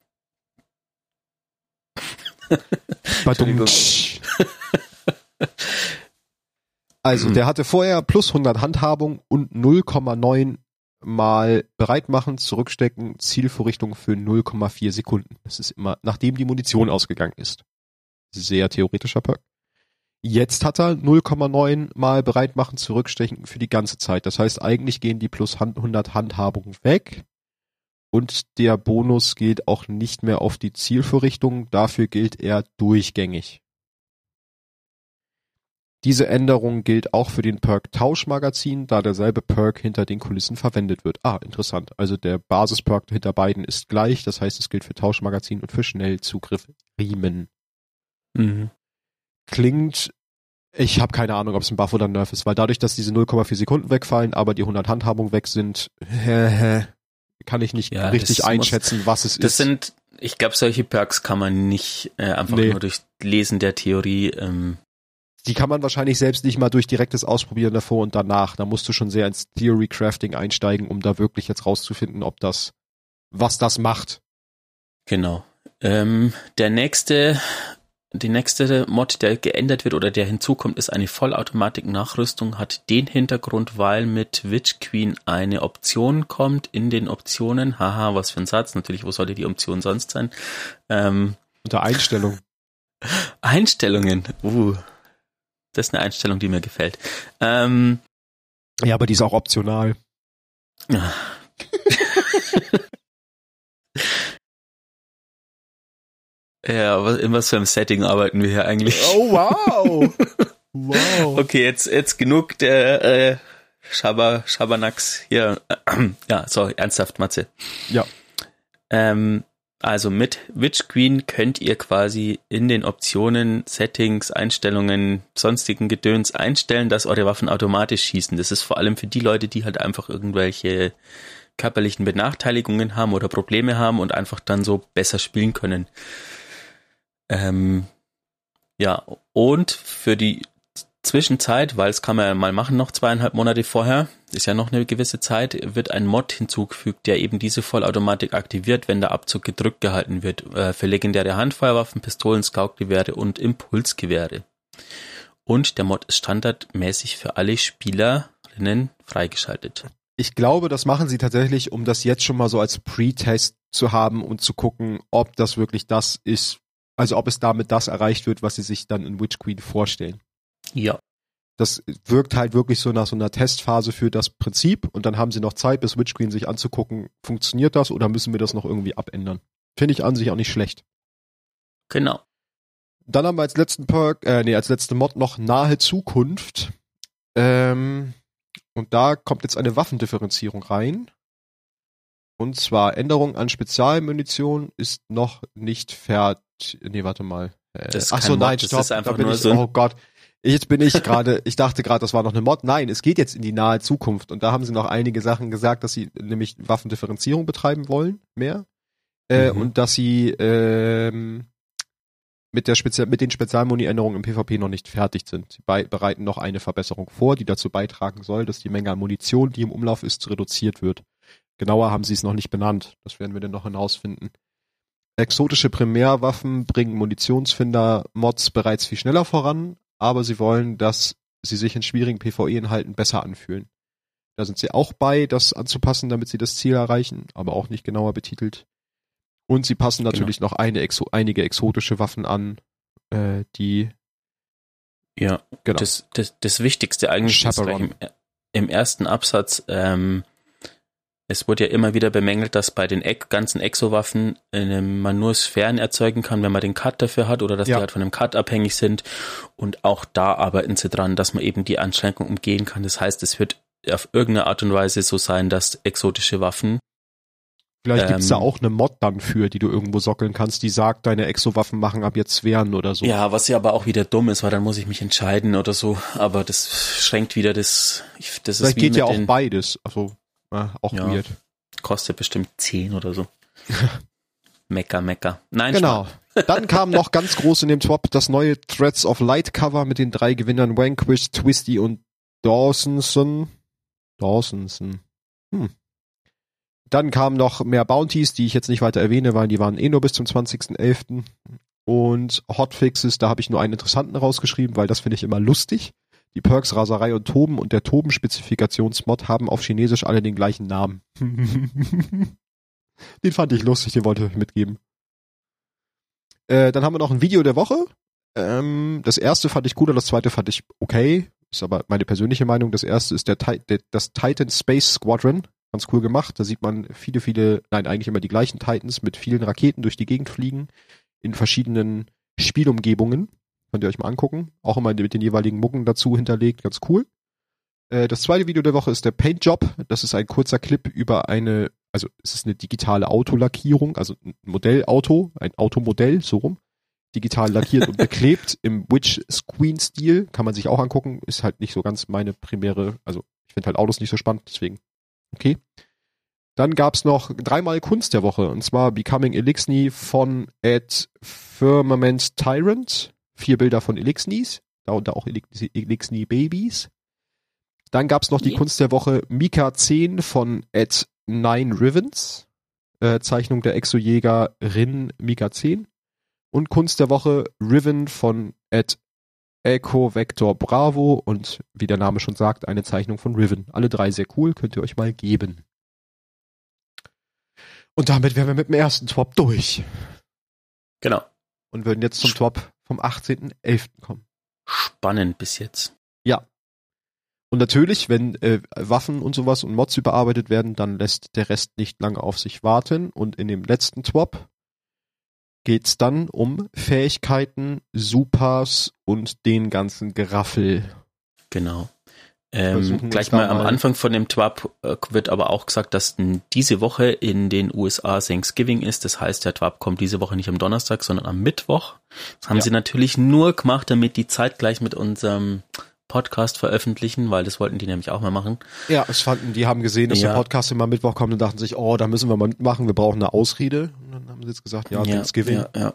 Also, der hatte vorher plus 100 Handhabung und 0,9 mal bereit machen, zurückstecken, Zielvorrichtung für 0,4 Sekunden. Das ist immer, nachdem die Munition ausgegangen ist. Sehr theoretischer Perk. Jetzt hat er 0,9 mal bereit machen, zurückstechen für die ganze Zeit. Das heißt, eigentlich gehen die plus 100 Handhabungen weg und der Bonus geht auch nicht mehr auf die Zielvorrichtung. Dafür gilt er durchgängig. Diese Änderung gilt auch für den Perk Tauschmagazin, da derselbe Perk hinter den Kulissen verwendet wird. Ah, interessant. Also der Basisperk hinter beiden ist gleich. Das heißt, es gilt für Tauschmagazin und für Schnellzugriff Riemen. Mhm. Klingt, ich habe keine Ahnung, ob es ein Buff oder ein Nerf ist, weil dadurch, dass diese 0,4 Sekunden wegfallen, aber die 100 Handhabungen weg sind, kann ich nicht richtig einschätzen, was es ist. Ich glaube, solche Perks kann man nicht einfach nur durch Lesen der Theorie die kann man wahrscheinlich selbst nicht mal durch direktes Ausprobieren davor und danach. Da musst du schon sehr ins Theory Crafting einsteigen, um da wirklich jetzt rauszufinden, was das macht. Genau. Die nächste Mod, der geändert wird oder der hinzukommt, ist eine Vollautomatik-Nachrüstung, hat den Hintergrund, weil mit Witch Queen eine Option kommt in den Optionen. Haha, was für ein Satz. Natürlich, wo sollte die Option sonst sein? Unter Einstellung. Einstellungen. Das ist eine Einstellung, die mir gefällt. Ja, aber die ist auch optional. Ja, in was für einem Setting arbeiten wir hier eigentlich? Oh, wow. Wow. Okay, jetzt genug der Schabernacks hier. Ja, so, ernsthaft, Matze. Ja. Also mit Witch Queen könnt ihr quasi in den Optionen, Settings, Einstellungen, sonstigen Gedöns einstellen, dass eure Waffen automatisch schießen. Das ist vor allem für die Leute, die halt einfach irgendwelche körperlichen Benachteiligungen haben oder Probleme haben und einfach dann so besser spielen können. Ja, und für die Zwischenzeit, weil es kann man ja mal machen, noch 2,5 Monate vorher, ist ja noch eine gewisse Zeit, wird ein Mod hinzugefügt, der eben diese Vollautomatik aktiviert, wenn der Abzug gedrückt gehalten wird, für legendäre Handfeuerwaffen, Pistolen, Scout-Gewehre und Impulsgewehre. Und der Mod ist standardmäßig für alle Spielerinnen freigeschaltet. Ich glaube, das machen sie tatsächlich, um das jetzt schon mal so als Pre-Test zu haben und zu gucken, ob das wirklich das ist, also ob es damit das erreicht wird, was sie sich dann in Witch Queen vorstellen. Ja. Das wirkt halt wirklich so nach so einer Testphase für das Prinzip und dann haben sie noch Zeit, bis Witch Queen sich anzugucken, funktioniert das oder müssen wir das noch irgendwie abändern. Finde ich an sich auch nicht schlecht. Genau. Dann haben wir als letzten als letzte Mod noch nahe Zukunft. Und da kommt jetzt eine Waffendifferenzierung rein. Und zwar Änderung an Spezialmunition ist noch nicht fertig. Nee, warte mal. Achso, nein, stopp. Das ist einfach nur so. Oh Gott. Jetzt bin ich gerade, ich dachte gerade, das war noch eine Mod. Nein, es geht jetzt in die nahe Zukunft. Und da haben sie noch einige Sachen gesagt, dass sie nämlich Waffendifferenzierung betreiben wollen, mehr. Und dass sie mit den Spezialmuni-Änderungen im PvP noch nicht fertig sind. Sie bereiten noch eine Verbesserung vor, die dazu beitragen soll, dass die Menge an Munition, die im Umlauf ist, reduziert wird. Genauer haben sie es noch nicht benannt. Das werden wir dann noch hinausfinden. Exotische Primärwaffen bringen Munitionsfinder-Mods bereits viel schneller voran, aber sie wollen, dass sie sich in schwierigen PvE-Inhalten besser anfühlen. Da sind sie auch bei, das anzupassen, damit sie das Ziel erreichen, aber auch nicht genauer betitelt. Und sie passen natürlich noch einige exotische Waffen an, die... Ja, genau. Das Wichtigste eigentlich ist im ersten Absatz, es wurde ja immer wieder bemängelt, dass bei den ganzen Exo-Waffen man nur Sphären erzeugen kann, wenn man den Cut dafür hat oder dass die halt von dem Cut abhängig sind. Und auch da arbeiten sie dran, dass man eben die Einschränkung umgehen kann. Das heißt, es wird auf irgendeine Art und Weise so sein, dass exotische Waffen... Vielleicht gibt's da auch eine Mod dann für, die du irgendwo sockeln kannst, die sagt, deine Exo-Waffen machen ab jetzt Sphären oder so. Ja, was ja aber auch wieder dumm ist, weil dann muss ich mich entscheiden oder so. Aber das schränkt wieder das Vielleicht ist wie geht ja auch beides, also... auch weird. Kostet bestimmt 10 oder so. Mecker. Nein, genau. Dann kam noch ganz groß in dem Top das neue Threads of Light Cover mit den 3 Gewinnern Vanquish, Twisty und Dawsonson. Dann kamen noch mehr Bounties, die ich jetzt nicht weiter erwähne, weil die waren nur bis zum 20.11. Und Hotfixes, da habe ich nur einen interessanten rausgeschrieben, weil das finde ich immer lustig. Die Perks Raserei und Toben und der Toben-Spezifikationsmod haben auf Chinesisch alle den gleichen Namen. Den fand ich lustig, den wollte ich euch mitgeben. Dann haben wir noch ein Video der Woche. Das erste fand ich cooler, das zweite fand ich okay. Ist aber meine persönliche Meinung. Das erste ist das Titan Space Squadron. Ganz cool gemacht. Da sieht man eigentlich immer die gleichen Titans mit vielen Raketen durch die Gegend fliegen. In verschiedenen Spielumgebungen. Könnt ihr euch mal angucken. Auch immer mit den jeweiligen Mucken dazu hinterlegt. Ganz cool. Das zweite Video der Woche ist der Paint Job. Das ist ein kurzer Clip über es ist eine digitale Autolackierung, also ein Modellauto, ein Automodell, so rum. Digital lackiert und beklebt im Witch Queen-Stil. Kann man sich auch angucken. Ist halt nicht so ganz meine primäre, also ich finde halt Autos nicht so spannend, deswegen okay. Dann gab's noch 3-mal Kunst der Woche. Und zwar Becoming Elixni von @Firmament Tyrant. 4 Bilder von Elixnis, darunter auch Elixni Babies. Dann gab's noch die Kunst der Woche Mika 10 von @9Rivens, Zeichnung der Exojägerin Mika 10. Und Kunst der Woche Riven von @EcoVector Bravo und wie der Name schon sagt, eine Zeichnung von Riven. Alle 3 sehr cool, könnt ihr euch mal geben. Und damit wären wir mit dem ersten Top durch. Genau. Und würden jetzt zum Top vom 18.11. kommen. spannend bis jetzt. Ja. Und natürlich, wenn Waffen und sowas und Mods überarbeitet werden, dann lässt der Rest nicht lange auf sich warten. Und in dem letzten TWAP geht's dann um Fähigkeiten, Supers und den ganzen Geraffel. Genau. Gleich mal am Anfang von dem TWAP wird aber auch gesagt, dass diese Woche in den USA Thanksgiving ist. Das heißt, der TWAP kommt diese Woche nicht am Donnerstag, sondern am Mittwoch. Das haben sie natürlich nur gemacht, damit die zeitgleich mit unserem Podcast veröffentlichen, weil das wollten die nämlich auch mal machen. Ja, die haben gesehen, dass der Podcast immer Mittwoch kommt und dachten sich, da müssen wir mal mitmachen, wir brauchen eine Ausrede. Und dann haben sie jetzt gesagt, Thanksgiving. Ja.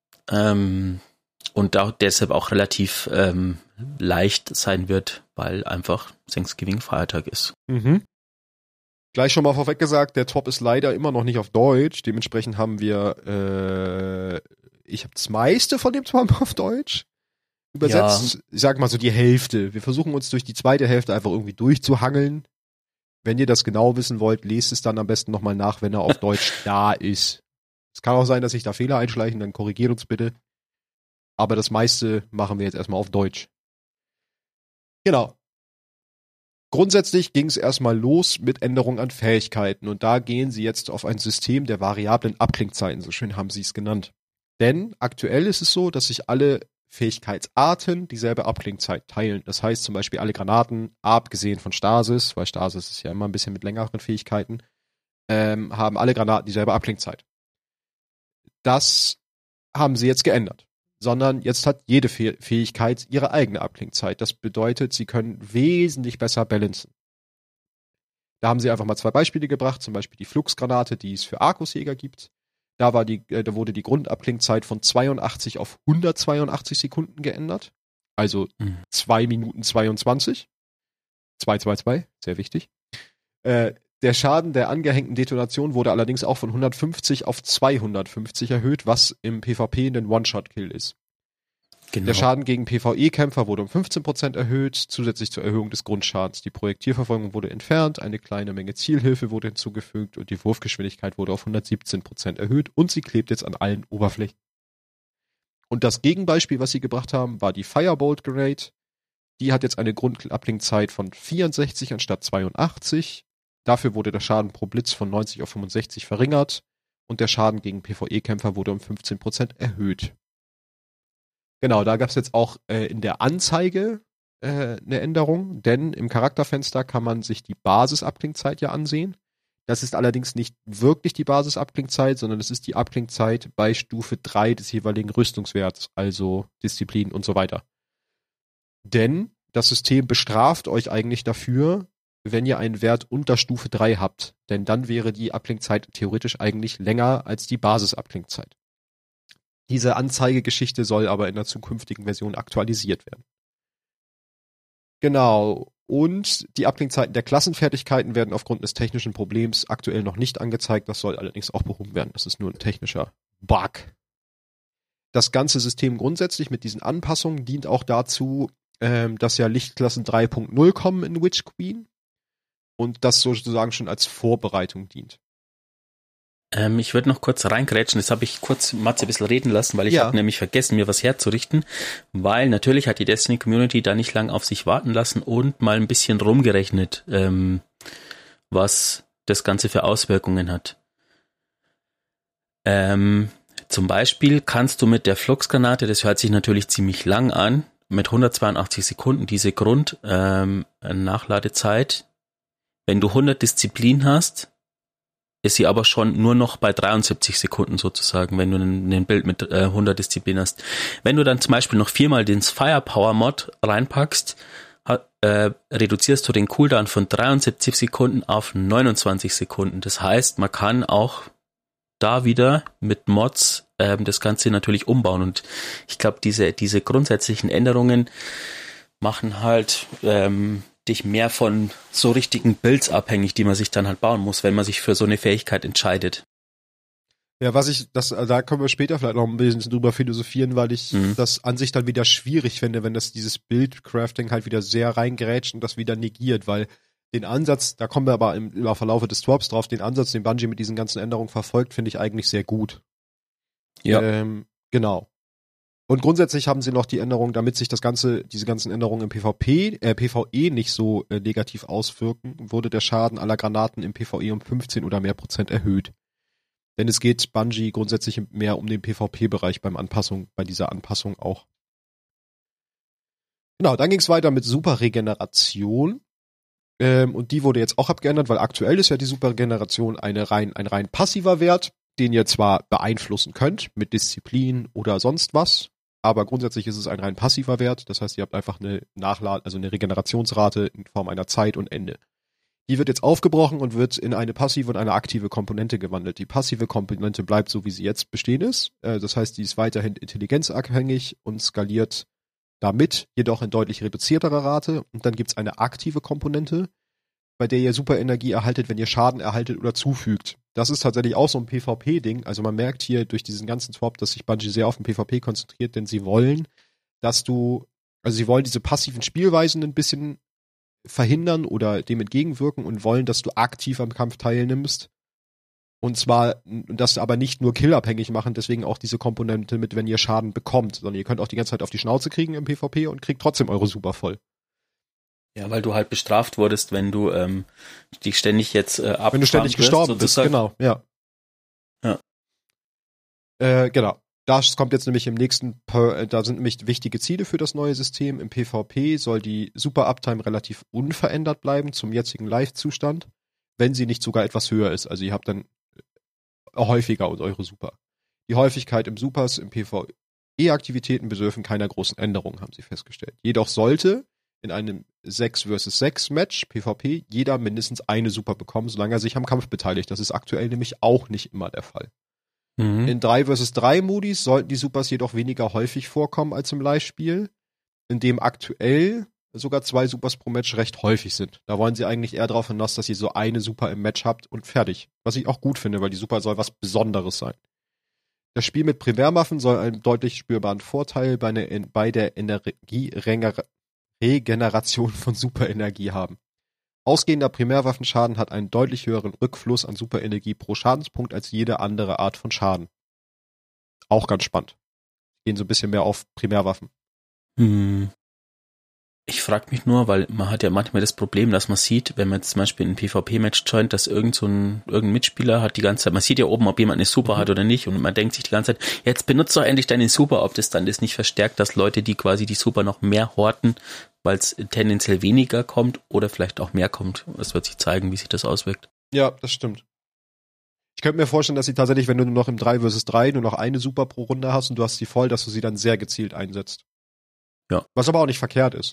Und da deshalb auch relativ leicht sein wird, weil einfach Thanksgiving Feiertag ist. Mhm. Gleich schon mal vorweg gesagt, der Top ist leider immer noch nicht auf Deutsch. Dementsprechend haben wir, ich habe das meiste von dem Top auf Deutsch übersetzt. Ja. Ich sag mal so die Hälfte. Wir versuchen uns durch die zweite Hälfte einfach irgendwie durchzuhangeln. Wenn ihr das genau wissen wollt, lest es dann am besten nochmal nach, wenn er auf Deutsch da ist. Es kann auch sein, dass sich da Fehler einschleichen, dann korrigiert uns bitte. Aber das meiste machen wir jetzt erstmal auf Deutsch. Genau. Grundsätzlich ging es erstmal los mit Änderungen an Fähigkeiten und da gehen sie jetzt auf ein System der variablen Abklingzeiten, so schön haben sie es genannt. Denn aktuell ist es so, dass sich alle Fähigkeitsarten dieselbe Abklingzeit teilen. Das heißt zum Beispiel alle Granaten, abgesehen von Stasis, weil Stasis ist ja immer ein bisschen mit längeren Fähigkeiten, haben alle Granaten dieselbe Abklingzeit. Das haben sie jetzt geändert. Sondern jetzt hat jede Fähigkeit ihre eigene Abklingzeit. Das bedeutet, sie können wesentlich besser balancen. Da haben sie einfach mal 2 Beispiele gebracht, zum Beispiel die Fluxgranate, die es für Arkusjäger gibt. Da wurde die Grundabklingzeit von 82 auf 182 Sekunden geändert. Also 2 Minuten 22. 222, sehr wichtig. Der Schaden der angehängten Detonation wurde allerdings auch von 150 auf 250 erhöht, was im PvP ein One-Shot-Kill ist. Genau. Der Schaden gegen PvE-Kämpfer wurde um 15% erhöht, zusätzlich zur Erhöhung des Grundschadens. Die Projektilverfolgung wurde entfernt, eine kleine Menge Zielhilfe wurde hinzugefügt und die Wurfgeschwindigkeit wurde auf 117% erhöht und sie klebt jetzt an allen Oberflächen. Und das Gegenbeispiel, was sie gebracht haben, war die Firebolt Grenade. Die hat jetzt eine Grundabklingzeit von 64 anstatt 82. Dafür wurde der Schaden pro Blitz von 90 auf 65 verringert und der Schaden gegen PvE-Kämpfer wurde um 15% erhöht. Genau, da gab es jetzt auch in der Anzeige eine Änderung, denn im Charakterfenster kann man sich die Basisabklingzeit ja ansehen. Das ist allerdings nicht wirklich die Basisabklingzeit, sondern es ist die Abklingzeit bei Stufe 3 des jeweiligen Rüstungswerts, also Disziplin und so weiter. Denn das System bestraft euch eigentlich dafür, wenn ihr einen Wert unter Stufe 3 habt, denn dann wäre die Abklingzeit theoretisch eigentlich länger als die Basisabklingzeit. Diese Anzeigegeschichte soll aber in der zukünftigen Version aktualisiert werden. Genau. Und die Abklingzeiten der Klassenfertigkeiten werden aufgrund des technischen Problems aktuell noch nicht angezeigt. Das soll allerdings auch behoben werden. Das ist nur ein technischer Bug. Das ganze System grundsätzlich mit diesen Anpassungen dient auch dazu, dass ja Lichtklassen 3.0 kommen in Witch Queen und das sozusagen schon als Vorbereitung dient. Ich würde noch kurz reingrätschen, das habe ich kurz Matze ein bisschen reden lassen, weil ich habe nämlich vergessen, mir was herzurichten, weil natürlich hat die Destiny-Community da nicht lang auf sich warten lassen und mal ein bisschen rumgerechnet, was das Ganze für Auswirkungen hat. Zum Beispiel kannst du mit der Fluxgranate, das hört sich natürlich ziemlich lang an, mit 182 Sekunden diese Nachladezeit, wenn du 100 Disziplin hast, ist sie aber schon nur noch bei 73 Sekunden sozusagen, wenn du ein Bild mit 100 Disziplin hast. Wenn du dann zum Beispiel noch 4-mal den Firepower-Mod reinpackst, reduzierst du den Cooldown von 73 Sekunden auf 29 Sekunden. Das heißt, man kann auch da wieder mit Mods das Ganze natürlich umbauen. Und ich glaube, diese grundsätzlichen Änderungen machen halt dich mehr von so richtigen Builds abhängig, die man sich dann halt bauen muss, wenn man sich für so eine Fähigkeit entscheidet. Ja, da können wir später vielleicht noch ein bisschen drüber philosophieren, weil ich das an sich dann wieder schwierig finde, wenn das dieses Build-Crafting halt wieder sehr reingrätscht und das wieder negiert, weil den Ansatz, da kommen wir aber im Verlauf des Twops drauf, den Ansatz, den Bungie mit diesen ganzen Änderungen verfolgt, finde ich eigentlich sehr gut. Ja. Genau. Und grundsätzlich haben sie noch die Änderung, damit sich diese ganzen Änderungen im PvE nicht so negativ auswirken, wurde der Schaden aller Granaten im PvE um 15 oder mehr Prozent erhöht. Denn es geht Bungie grundsätzlich mehr um den PvP-Bereich bei dieser Anpassung auch. Genau, dann ging es weiter mit Superregeneration. Und die wurde jetzt auch abgeändert, weil aktuell ist ja die Superregeneration ein rein passiver Wert, den ihr zwar beeinflussen könnt mit Disziplin oder sonst was, aber grundsätzlich ist es ein rein passiver Wert. Das heißt, ihr habt einfach eine eine Regenerationsrate in Form einer Zeit und Ende. Die wird jetzt aufgebrochen und wird in eine passive und eine aktive Komponente gewandelt. Die passive Komponente bleibt so, wie sie jetzt bestehen ist. Das heißt, die ist weiterhin intelligenzabhängig und skaliert damit, jedoch in deutlich reduzierterer Rate. Und dann gibt's eine aktive Komponente, bei der ihr Superenergie erhaltet, wenn ihr Schaden erhaltet oder zufügt. Das ist tatsächlich auch so ein PvP-Ding. Also man merkt hier durch diesen ganzen Swap, dass sich Bungie sehr auf den PvP konzentriert, denn sie wollen, sie wollen diese passiven Spielweisen ein bisschen verhindern oder dem entgegenwirken und wollen, dass du aktiv am Kampf teilnimmst. Und zwar, das aber nicht nur killabhängig machen, deswegen auch diese Komponente mit, wenn ihr Schaden bekommt, sondern ihr könnt auch die ganze Zeit auf die Schnauze kriegen im PvP und kriegt trotzdem eure Super voll. Ja, weil du halt bestraft wurdest, wenn du dich ständig jetzt wenn du ständig gestorben bist, genau, ja. Genau. Das kommt jetzt nämlich im nächsten, da sind nämlich wichtige Ziele für das neue System. Im PvP soll die Super-Uptime relativ unverändert bleiben zum jetzigen Live-Zustand, wenn sie nicht sogar etwas höher ist. Also ihr habt dann häufiger und eure Super. Die Häufigkeit im Supers, im PvE-Aktivitäten bedürfen keiner großen Änderung, haben sie festgestellt. Jedoch sollte in einem 6 vs 6 Match, PvP, jeder mindestens eine Super bekommen, solange er sich am Kampf beteiligt. Das ist aktuell nämlich auch nicht immer der Fall. In 3 vs 3 Modis sollten die Supers jedoch weniger häufig vorkommen als im Live-Spiel, in dem aktuell sogar 2 Supers pro Match recht häufig sind. Da wollen sie eigentlich eher darauf hinaus, dass ihr so eine Super im Match habt und fertig. Was ich auch gut finde, weil die Super soll was Besonderes sein. Das Spiel mit Primärwaffen soll einen deutlich spürbaren Vorteil bei der Regeneration von Superenergie haben. Ausgehender Primärwaffenschaden hat einen deutlich höheren Rückfluss an Superenergie pro Schadenspunkt als jede andere Art von Schaden. Auch ganz spannend. Gehen so ein bisschen mehr auf Primärwaffen. Ich frage mich nur, weil man hat ja manchmal das Problem, dass man sieht, wenn man jetzt zum Beispiel ein PvP-Match joint, dass irgendein Mitspieler hat die ganze Zeit, man sieht ja oben, ob jemand eine Super hat oder nicht, und man denkt sich die ganze Zeit, jetzt benutzt doch endlich deine Super, ob das dann das nicht verstärkt, dass Leute, die quasi die Super noch mehr horten, weil es tendenziell weniger kommt oder vielleicht auch mehr kommt. Es wird sich zeigen, wie sich das auswirkt. Ja, das stimmt. Ich könnte mir vorstellen, dass sie tatsächlich, wenn du nur noch im 3 vs 3 nur noch eine Super pro Runde hast und du hast sie voll, dass du sie dann sehr gezielt einsetzt. Ja. Was aber auch nicht verkehrt ist.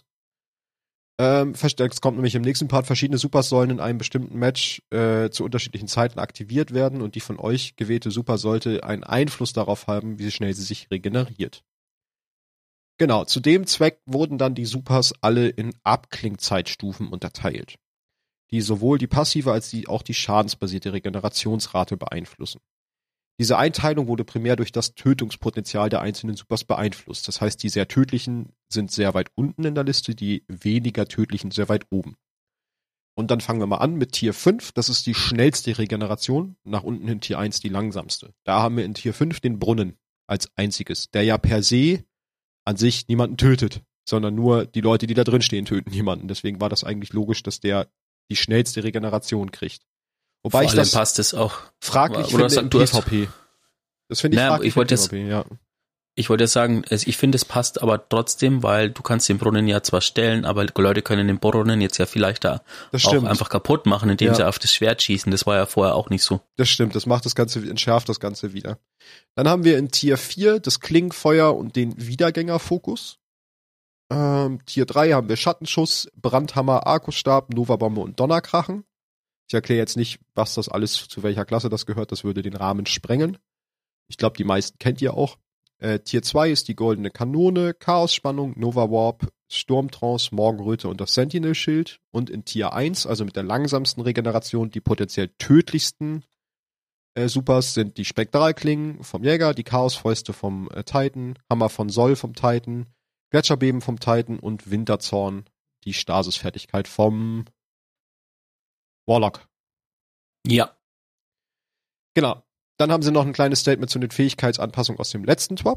Es kommt nämlich im nächsten Part, verschiedene Supers sollen in einem bestimmten Match zu unterschiedlichen Zeiten aktiviert werden und die von euch gewählte Super sollte einen Einfluss darauf haben, wie schnell sie sich regeneriert. Genau, zu dem Zweck wurden dann die Supers alle in Abklingzeitstufen unterteilt, die sowohl die passive als auch die schadensbasierte Regenerationsrate beeinflussen. Diese Einteilung wurde primär durch das Tötungspotenzial der einzelnen Supers beeinflusst. Das heißt, die sehr tödlichen sind sehr weit unten in der Liste, die weniger tödlichen sehr weit oben. Und dann fangen wir mal an mit Tier 5. Das ist die schnellste Regeneration. Nach unten hin Tier 1 die langsamste. Da haben wir in Tier 5 den Brunnen als einziges, der ja per se an sich niemanden tötet, sondern nur die Leute, die da drin stehen, töten niemanden. Deswegen war das eigentlich logisch, dass der die schnellste Regeneration kriegt. Wobei Vor ich allem das passt es auch fraglich finde im PvP. Das finde ich fraglich im PvP, ja. Ich wollte sagen, ich finde, es passt aber trotzdem, weil du kannst den Brunnen ja zwar stellen, aber Leute können den Brunnen jetzt ja vielleicht da auch einfach kaputt machen, indem sie auf das Schwert schießen. Das war ja vorher auch nicht so. Das stimmt, das macht das Ganze, entschärft das Ganze wieder. Dann haben wir in Tier 4 das Klingenfeuer und den Wiedergängerfokus. Tier 3 haben wir Schattenschuss, Brandhammer, Arkusstab, Novabombe und Donnerkrachen. Ich erkläre jetzt nicht, was das alles, zu welcher Klasse das gehört, das würde den Rahmen sprengen. Ich glaube, die meisten kennt ihr auch. Tier 2 ist die goldene Kanone, Chaosspannung, Nova Warp, Sturmtrance, Morgenröte und das Sentinel-Schild. Und in Tier 1, also mit der langsamsten Regeneration, die potenziell tödlichsten Supers sind die Spektralklingen vom Jäger, die Chaosfäuste vom Titan, Hammer von Sol vom Titan, Gletscherbeben vom Titan und Winterzorn, die Stasisfertigkeit vom Warlock. Ja. Genau. Dann haben sie noch ein kleines Statement zu den Fähigkeitsanpassungen aus dem letzten Swap.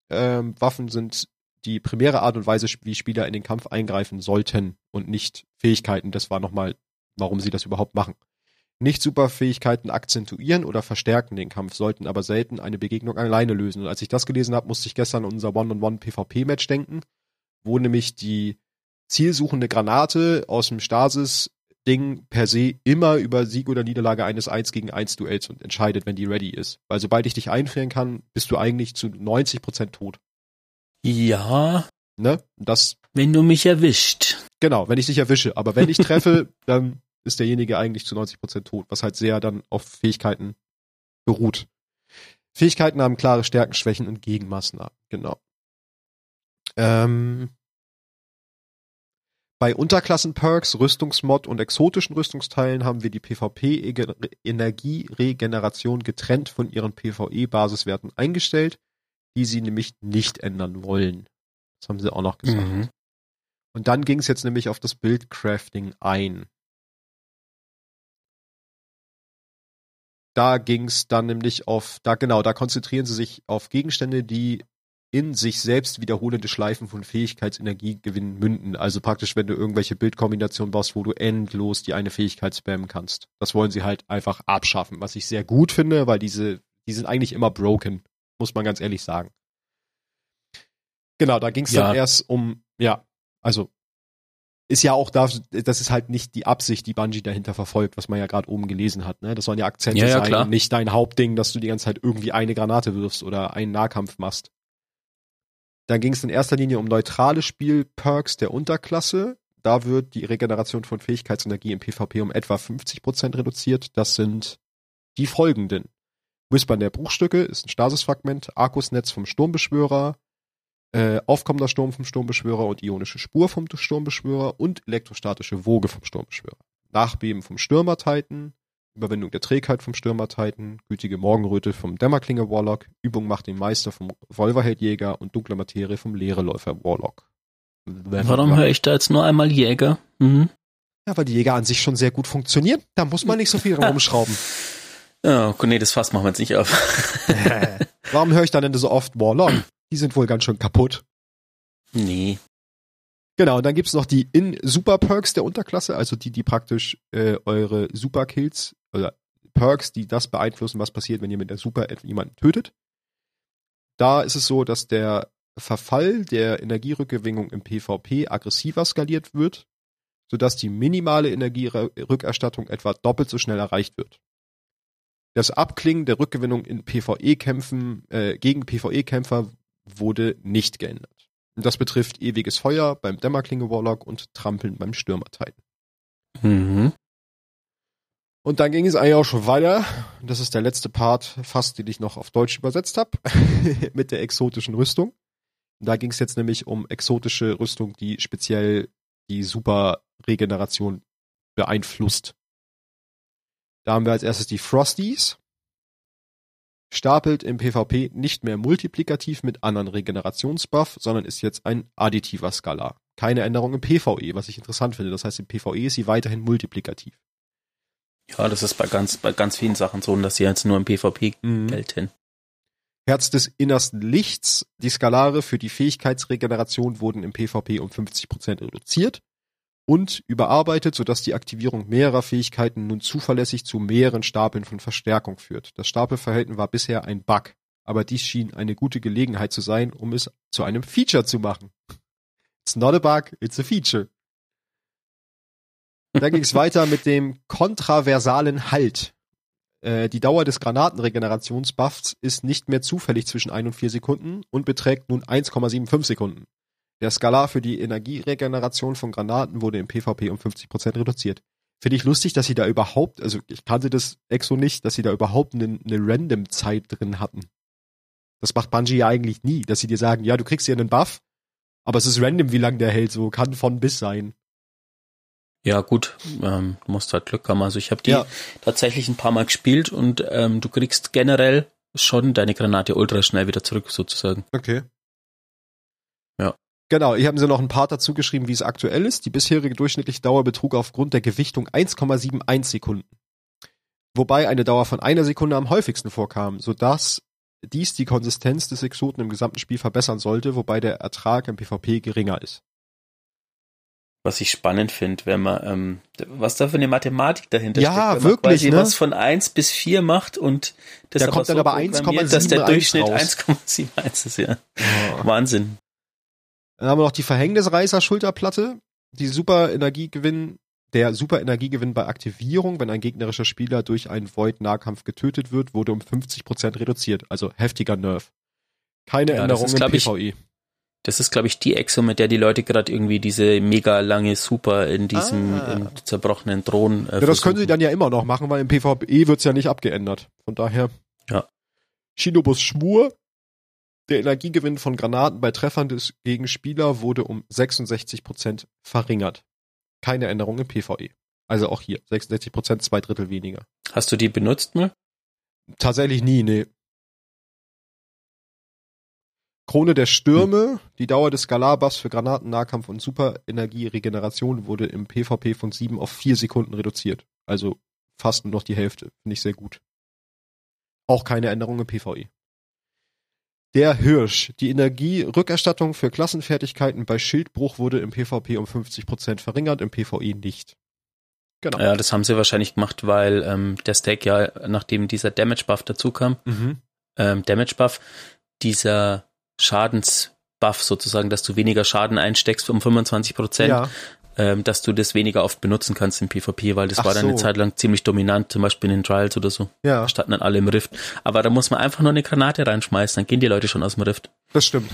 Waffen sind die primäre Art und Weise, wie Spieler in den Kampf eingreifen sollten und nicht Fähigkeiten. Das war nochmal, warum sie das überhaupt machen. Nicht-Superfähigkeiten akzentuieren oder verstärken den Kampf, sollten aber selten eine Begegnung alleine lösen. Und als ich das gelesen habe, musste ich gestern an unser One-on-One-PvP-Match denken, wo nämlich die zielsuchende Granate aus dem Stasis-Ding per se immer über Sieg oder Niederlage eines 1-gegen-1 Duells und entscheidet, wenn die ready ist. Weil sobald ich dich einfrieren kann, bist du eigentlich zu 90% tot. Ja. Ne? Das. Wenn du mich erwischt. Genau, wenn ich dich erwische. Aber wenn ich treffe, dann ist derjenige eigentlich zu 90% tot, was halt sehr dann auf Fähigkeiten beruht. Fähigkeiten haben klare Stärken, Schwächen und Gegenmaßnahmen. Genau. Bei Unterklassen-Perks, Rüstungsmod und exotischen Rüstungsteilen haben wir die PvP-Energieregeneration getrennt von ihren PvE-Basiswerten eingestellt, die sie nämlich nicht ändern wollen. Das haben sie auch noch gesagt. Mhm. Und dann ging es jetzt nämlich auf das Build-Crafting ein. Da ging es dann nämlich da konzentrieren sie sich auf Gegenstände, die in sich selbst wiederholende Schleifen von Fähigkeitsenergiegewinnen münden. Also praktisch, wenn du irgendwelche Bildkombinationen baust, wo du endlos die eine Fähigkeit spammen kannst. Das wollen sie halt einfach abschaffen, was ich sehr gut finde, weil die sind eigentlich immer broken, muss man ganz ehrlich sagen. Genau, da ging es dann erst ist ja auch das ist halt nicht die Absicht, die Bungie dahinter verfolgt, was man ja gerade oben gelesen hat, ne? Das sollen ja Akzente sein, klar. Und nicht dein Hauptding, dass du die ganze Zeit irgendwie eine Granate wirfst oder einen Nahkampf machst. Dann ging es in erster Linie um neutrale Spielperks der Unterklasse. Da wird die Regeneration von Fähigkeitsenergie im PvP um etwa 50% reduziert. Das sind die folgenden. Whispern der Bruchstücke ist ein Stasisfragment, Arkusnetz vom Sturmbeschwörer, aufkommender Sturm vom Sturmbeschwörer und ionische Spur vom Sturmbeschwörer und elektrostatische Woge vom Sturmbeschwörer. Nachbeben vom Stürmer-Titan, Überwindung der Trägheit vom Stürmer-Titan, gütige Morgenröte vom Dämmerklinge-Warlock, Übung macht den Meister vom Wolverhead-Jäger und dunkle Materie vom Leereläufer-Warlock. Warum höre ich da jetzt nur einmal Jäger? Mhm. Ja, weil die Jäger an sich schon sehr gut funktionieren. Da muss man nicht so viel rumschrauben. Oh, nee, das Fass machen wir jetzt nicht auf. Warum höre ich dann denn so oft Warlock? Die sind wohl ganz schön kaputt. Nee. Genau, und dann gibt's noch die In-Super-Perks der Unterklasse, also die praktisch eure Super-Kills oder Perks, die das beeinflussen, was passiert, wenn ihr mit der Super jemanden tötet. Da ist es so, dass der Verfall der Energierückgewinnung im PvP aggressiver skaliert wird, sodass die minimale Energierückerstattung etwa doppelt so schnell erreicht wird. Das Abklingen der Rückgewinnung in PvE-Kämpfen gegen PvE-Kämpfer wurde nicht geändert. Und das betrifft ewiges Feuer beim Dämmerklinge-Warlock und Trampeln beim Stürmer-Titan. Mhm. Und dann ging es eigentlich auch schon weiter. Das ist der letzte Part, fast, den ich noch auf Deutsch übersetzt habe, mit der exotischen Rüstung. Und da ging es jetzt nämlich um exotische Rüstung, die speziell die Super-Regeneration beeinflusst. Da haben wir als erstes die Frosties. Stapelt im PvP nicht mehr multiplikativ mit anderen Regenerationsbuff, sondern ist jetzt ein additiver Skalar. Keine Änderung im PvE, was ich interessant finde. Das heißt, im PvE ist sie weiterhin multiplikativ. Ja, das ist bei ganz vielen Sachen so, dass sie jetzt nur im PvP gelten. Herz des innersten Lichts. Die Skalare für die Fähigkeitsregeneration wurden im PvP um 50% reduziert und überarbeitet, sodass die Aktivierung mehrerer Fähigkeiten nun zuverlässig zu mehreren Stapeln von Verstärkung führt. Das Stapelverhalten war bisher ein Bug, aber dies schien eine gute Gelegenheit zu sein, um es zu einem Feature zu machen. It's not a bug, it's a feature. Dann ging es weiter mit dem kontraversalen Halt. Die Dauer des Granatenregenerationsbuffs ist nicht mehr zufällig zwischen 1 und 4 Sekunden und beträgt nun 1,75 Sekunden. Der Skalar für die Energieregeneration von Granaten wurde im PvP um 50% reduziert. Finde ich lustig, dass sie da überhaupt, also ich kannte das Exo nicht, dass sie da überhaupt eine Random-Zeit drin hatten. Das macht Bungie ja eigentlich nie, dass sie dir sagen, ja, du kriegst hier einen Buff, aber es ist random, wie lange der hält, so kann von bis sein. Ja gut, du musst halt Glück haben. Also ich habe die tatsächlich ein paar Mal gespielt und du kriegst generell schon deine Granate ultra schnell wieder zurück, sozusagen. Okay. Ja. Genau, ich habe sie noch ein Part dazu geschrieben, wie es aktuell ist. Die bisherige durchschnittliche Dauer betrug aufgrund der Gewichtung 1,71 Sekunden. Wobei eine Dauer von 1 Sekunde am häufigsten vorkam, sodass dies die Konsistenz des Exoten im gesamten Spiel verbessern sollte, wobei der Ertrag im PvP geringer ist. Was ich spannend finde, wenn man, was da für eine Mathematik dahinter steckt. Ja, wenn man wirklich, quasi ne? was von 1 bis 4 macht und das Da aber kommt dann so aber programmiert, 1,71 dass der Durchschnitt raus. 1,71 ist, ja. Ja. Wahnsinn. Dann haben wir noch die Verhängnisreißer-Schulterplatte, der super Energiegewinn bei Aktivierung, wenn ein gegnerischer Spieler durch einen Void-Nahkampf getötet wird, wurde um 50% reduziert. Also heftiger Nerf. Keine Änderung im PvE. Das ist, glaube ich, die Exo, mit der die Leute gerade irgendwie diese mega lange Super in diesem zerbrochenen Thron ja, das können sie dann ja immer noch machen, weil im PvE wird's ja nicht abgeändert. Von daher. Ja. Shinobus Schwur. Der Energiegewinn von Granaten bei Treffern des Gegenspieler wurde um 66% verringert. Keine Änderung im PvE. Also auch hier 66%, 2/3 weniger. Hast du die benutzt mal? Tatsächlich nie, nee. Krone der Stürme, die Dauer des Skalar-Buffs für Granaten, Nahkampf und Super-Energie-Regeneration wurde im PvP von 7 auf 4 Sekunden reduziert. Also fast nur noch die Hälfte. Finde ich sehr gut. Auch keine Änderung im PvE. Der Hirsch. Die Energierückerstattung für Klassenfertigkeiten bei Schildbruch wurde im PvP um 50% verringert, im PvE nicht. Genau. Ja, das haben sie wahrscheinlich gemacht, weil der Stack ja, nachdem dieser Damage-Buff dazu kam, Damage-Buff, dieser Schadensbuff sozusagen, dass du weniger Schaden einsteckst um 25%, Ja. Dass du das weniger oft benutzen kannst im PvP, weil das Ach war dann eine so. Zeit lang ziemlich dominant, zum Beispiel in den Trials oder so. Ja, Da standen dann alle im Rift. Aber da muss man einfach nur eine Granate reinschmeißen, dann gehen die Leute schon aus dem Rift. das stimmt.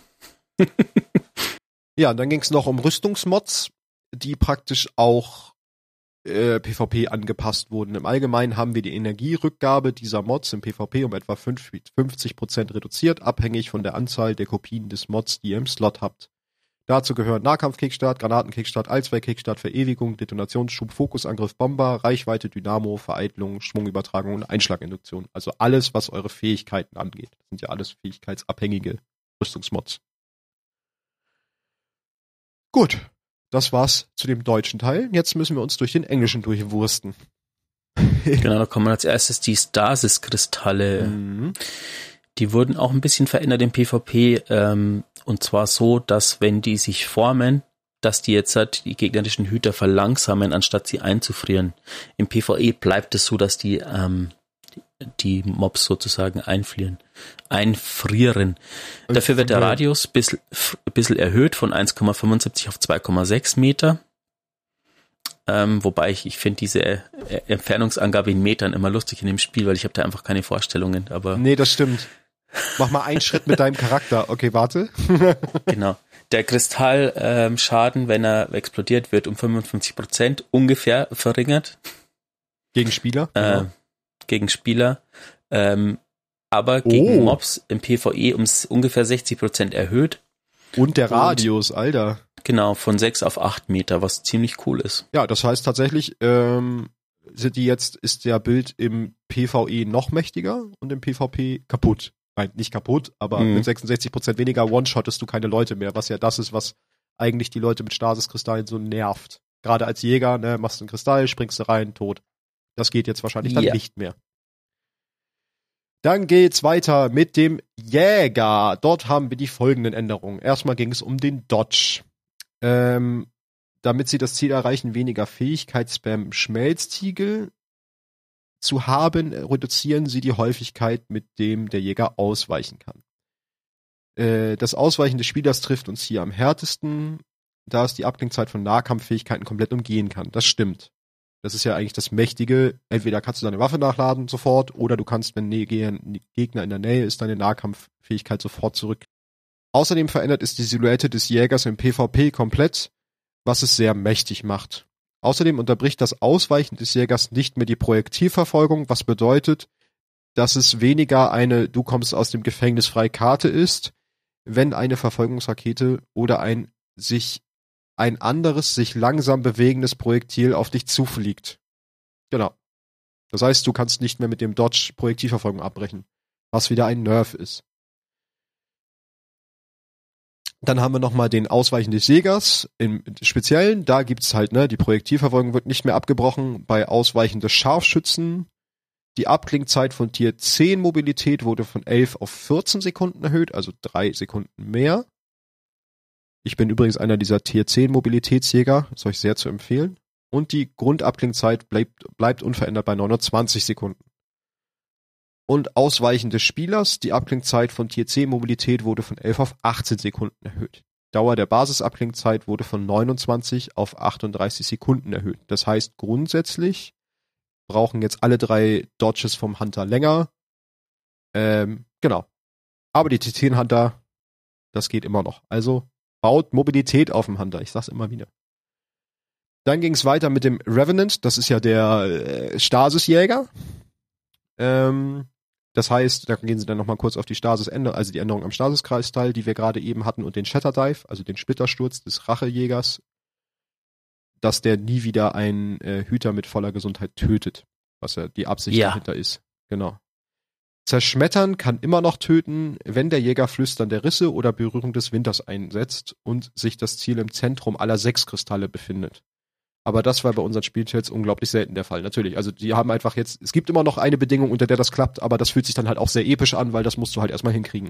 Ja, dann ging es noch um Rüstungsmods, die praktisch auch PvP angepasst wurden. Im Allgemeinen haben wir die Energierückgabe dieser Mods im PvP um etwa 50% reduziert, abhängig von der Anzahl der Kopien des Mods, die ihr im Slot habt. Dazu gehören Nahkampf-Kickstart, Granaten-Kickstart, Allzweck-Kickstart, Verewigung, Detonationsschub, Fokusangriff, Bomber, Reichweite, Dynamo, Vereitelung, Schwungübertragung und Einschlaginduktion. Also alles, was eure Fähigkeiten angeht. Das sind ja alles fähigkeitsabhängige Rüstungsmods. Gut, das war's zu dem deutschen Teil. Jetzt müssen wir uns durch den englischen durchwursten. Genau, da kommen als erstes die Stasis-Kristalle. Mhm. Die wurden auch ein bisschen verändert im PvP, und zwar so, dass wenn die sich formen, dass die jetzt halt die gegnerischen Hüter verlangsamen, anstatt sie einzufrieren. Im PvE bleibt es so, dass die Mobs sozusagen einfrieren. Dafür wird der Radius ein bisschen erhöht von 1,75 auf 2,6 Meter. Wobei ich finde diese Entfernungsangabe in Metern immer lustig in dem Spiel, weil ich habe da einfach keine Vorstellungen. Aber Nee, das stimmt. Mach mal einen Schritt mit deinem Charakter. Okay, warte. genau. Der Kristallschaden, wenn er explodiert, wird um 55% ungefähr verringert. Gegen Spieler? Genau. Gegen Spieler. Aber gegen Mobs im PvE um ungefähr 60% erhöht. Und der Radius, Alter. Genau, von 6 auf 8 Meter, was ziemlich cool ist. Ja, das heißt tatsächlich, ist der Bild im PvE noch mächtiger und im PvP kaputt. Nein, nicht kaputt, aber mit 66% weniger one-shottest du keine Leute mehr, was ja das ist, was eigentlich die Leute mit Stasiskristallen so nervt. Gerade als Jäger, ne, machst du einen Kristall, springst du rein, tot. Das geht jetzt wahrscheinlich dann nicht mehr. Dann geht's weiter mit dem Jäger. Dort haben wir die folgenden Änderungen. Erstmal ging es um den Dodge. Damit sie das Ziel erreichen, weniger Fähigkeitsspam Schmelztiegel zu haben, reduzieren sie die Häufigkeit, mit dem der Jäger ausweichen kann. Das Ausweichen des Spielers trifft uns hier am härtesten, da es die Abklingzeit von Nahkampffähigkeiten komplett umgehen kann. Das stimmt. Das ist ja eigentlich das Mächtige. Entweder kannst du deine Waffe nachladen sofort, oder du kannst, wenn ein Gegner in der Nähe ist, deine Nahkampffähigkeit sofort zurück. Außerdem verändert es die Silhouette des Jägers im PvP komplett, was es sehr mächtig macht. Außerdem unterbricht das Ausweichen des Jägers nicht mehr die Projektilverfolgung, was bedeutet, dass es weniger eine Du kommst aus dem Gefängnis frei Karte ist, wenn eine Verfolgungsrakete oder ein anderes, sich langsam bewegendes Projektil auf dich zufliegt. Genau. Das heißt, du kannst nicht mehr mit dem Dodge Projektilverfolgung abbrechen, was wieder ein Nerf ist. Dann haben wir nochmal den Ausweichen des Jägers im Speziellen. Da gibt's halt, die Projektilverfolgung wird nicht mehr abgebrochen. Bei Ausweichen des Scharfschützen Die Abklingzeit von Tier 10 Mobilität wurde von 11 auf 14 Sekunden erhöht, also 3 Sekunden mehr. Ich bin übrigens einer dieser Tier 10 Mobilitätsjäger, ist euch sehr zu empfehlen. Und die Grundabklingzeit bleibt unverändert bei 920 Sekunden. Und Ausweichen des Spielers, die Abklingzeit von Tier 10 Mobilität wurde von 11 auf 18 Sekunden erhöht. Dauer der Basisabklingzeit wurde von 29 auf 38 Sekunden erhöht. Das heißt, grundsätzlich brauchen jetzt alle 3 Dodges vom Hunter länger. Genau. Aber die T10 Hunter, das geht immer noch. Also baut Mobilität auf dem Hunter. Ich sag's immer wieder. Dann ging es weiter mit dem Revenant. Das ist ja der Stasisjäger. Das heißt, da gehen sie dann nochmal kurz auf die Stasis-Änderung, also die Änderung am Stasiskristall, die wir gerade eben hatten, und den Shatter Dive, also den Splittersturz des Rachejägers, dass der nie wieder einen Hüter mit voller Gesundheit tötet, was ja die Absicht dahinter ist. Genau. Zerschmettern kann immer noch töten, wenn der Jäger Flüstern der Risse oder Berührung des Winters einsetzt und sich das Ziel im Zentrum aller 6 Kristalle befindet. Aber das war bei unseren Spielchats unglaublich selten der Fall. Natürlich, also die haben einfach jetzt, es gibt immer noch eine Bedingung, unter der das klappt, aber das fühlt sich dann halt auch sehr episch an, weil das musst du halt erstmal hinkriegen.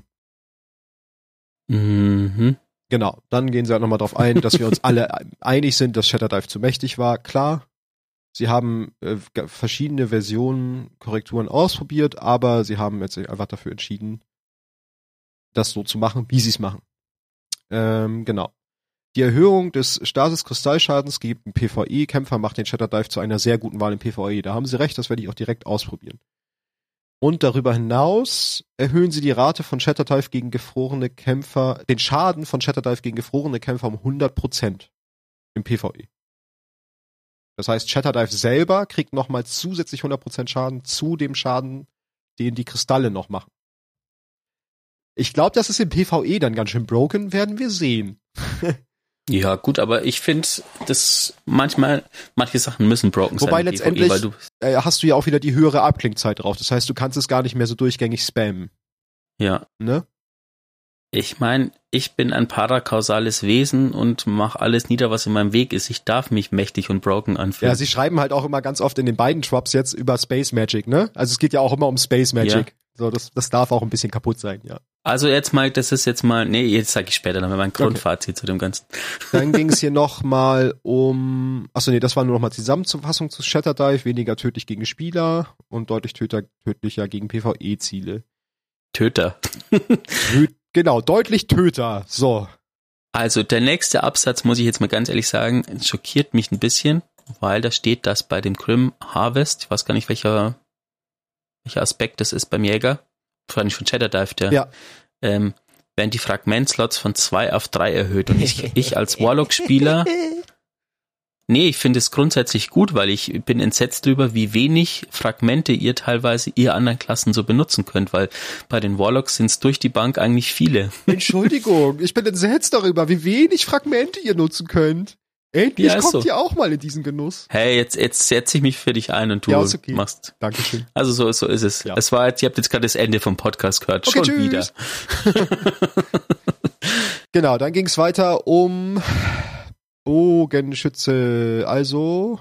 Mhm. Genau, dann gehen sie halt nochmal drauf ein, dass wir uns alle einig sind, dass Shatter Dive zu mächtig war. Klar, sie haben verschiedene Versionen, Korrekturen ausprobiert, aber sie haben jetzt einfach dafür entschieden, das so zu machen, wie sie es machen. Genau. Die Erhöhung des Stasis-Kristallschadens gegen PvE-Kämpfer macht den Shatter Dive zu einer sehr guten Wahl im PvE. Da haben sie recht, das werde ich auch direkt ausprobieren. Und darüber hinaus erhöhen sie die Rate von Shatter Dive gegen gefrorene Kämpfer, den Schaden von Shatter Dive gegen gefrorene Kämpfer um 100% im PvE. Das heißt, Shatter Dive selber kriegt nochmal zusätzlich 100% Schaden zu dem Schaden, den die Kristalle noch machen. Ich glaube, das ist im PvE dann ganz schön broken, werden wir sehen. Ja, gut, aber ich finde, dass manche Sachen müssen broken sein. Wobei letztendlich hast du ja auch wieder die höhere Abklingzeit drauf. Das heißt, du kannst es gar nicht mehr so durchgängig spammen. Ja. Ne? Ich meine, ich bin ein parakausales Wesen und mache alles nieder, was in meinem Weg ist. Ich darf mich mächtig und broken anfühlen. Ja, sie schreiben halt auch immer ganz oft in den beiden Drops jetzt über Space Magic, ne? Also es geht ja auch immer um Space Magic. Ja. So, das darf auch ein bisschen kaputt sein, ja. Also jetzt sage ich später dann mein Grundfazit zu dem Ganzen. Dann ging es hier nochmal um, das war nur nochmal Zusammenfassung zu Shatter Dive, weniger tödlich gegen Spieler und deutlich tödlicher gegen PvE-Ziele. Töter. Genau, deutlich Töter, so. Also der nächste Absatz, muss ich jetzt mal ganz ehrlich sagen, schockiert mich ein bisschen, weil da steht, dass bei dem Grim Harvest, ich weiß gar nicht, welcher Aspekt das ist beim Jäger, wahrscheinlich von Shatter Dive, werden die Fragmentslots von 2 auf 3 erhöht. Und ich als Warlock-Spieler, ich finde es grundsätzlich gut, weil ich bin entsetzt darüber, wie wenig Fragmente ihr anderen Klassen so benutzen könnt, weil bei den Warlocks sind es durch die Bank eigentlich viele. Entschuldigung, ich bin entsetzt darüber, wie wenig Fragmente ihr nutzen könnt. Endlich kommt ihr auch mal in diesen Genuss. Hey, jetzt setze ich mich für dich ein und du machst. Dankeschön. Also so ist es. Ja. Ihr habt jetzt gerade das Ende vom Podcast gehört. Okay, schon tschüss. Wieder. Genau, dann ging es weiter um Bogenschütze. Also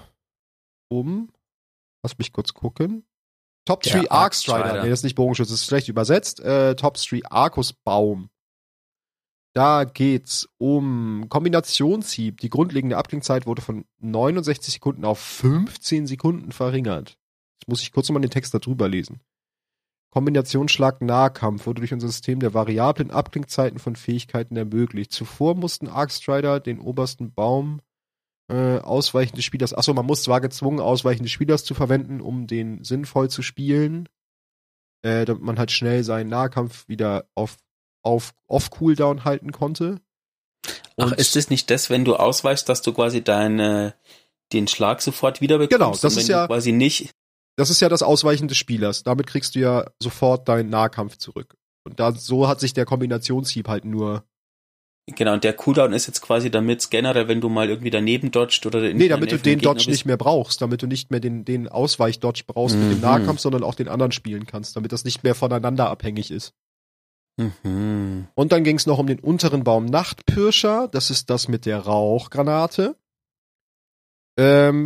lass mich kurz gucken. Top 3 Arcstrider. Nee, das ist nicht Bogenschütze, das ist schlecht übersetzt. Top 3 Arcusbaum. Da geht's um Kombinationshieb. Die grundlegende Abklingzeit wurde von 69 Sekunden auf 15 Sekunden verringert. Jetzt muss ich kurz nochmal den Text da drüber lesen. Kombinationsschlag Nahkampf wurde durch unser System der variablen Abklingzeiten von Fähigkeiten ermöglicht. Zuvor mussten Arcstrider den obersten Baum Ausweichen des Spielers. Achso, man muss zwar gezwungen, Ausweichen des Spielers zu verwenden, um den sinnvoll zu spielen, damit man halt schnell seinen Nahkampf wieder auf Cooldown halten konnte. Und ist das nicht das, wenn du ausweichst, dass du quasi den Schlag sofort wieder bekommst? Genau, das ist ja quasi nicht. Das ist ja das Ausweichen des Spielers. Damit kriegst du ja sofort deinen Nahkampf zurück. Und so hat sich der Kombinationshieb halt nur. Genau, und der Cooldown ist jetzt quasi damit generell, wenn du mal irgendwie daneben dodgst oder damit du den Dodge nicht mehr brauchst, damit du nicht mehr den Ausweich-Dodge brauchst mit dem Nahkampf, sondern auch den anderen spielen kannst, damit das nicht mehr voneinander abhängig ist. Mhm. Und dann ging es noch um den unteren Baum Nachtpirscher. Das ist das mit der Rauchgranate.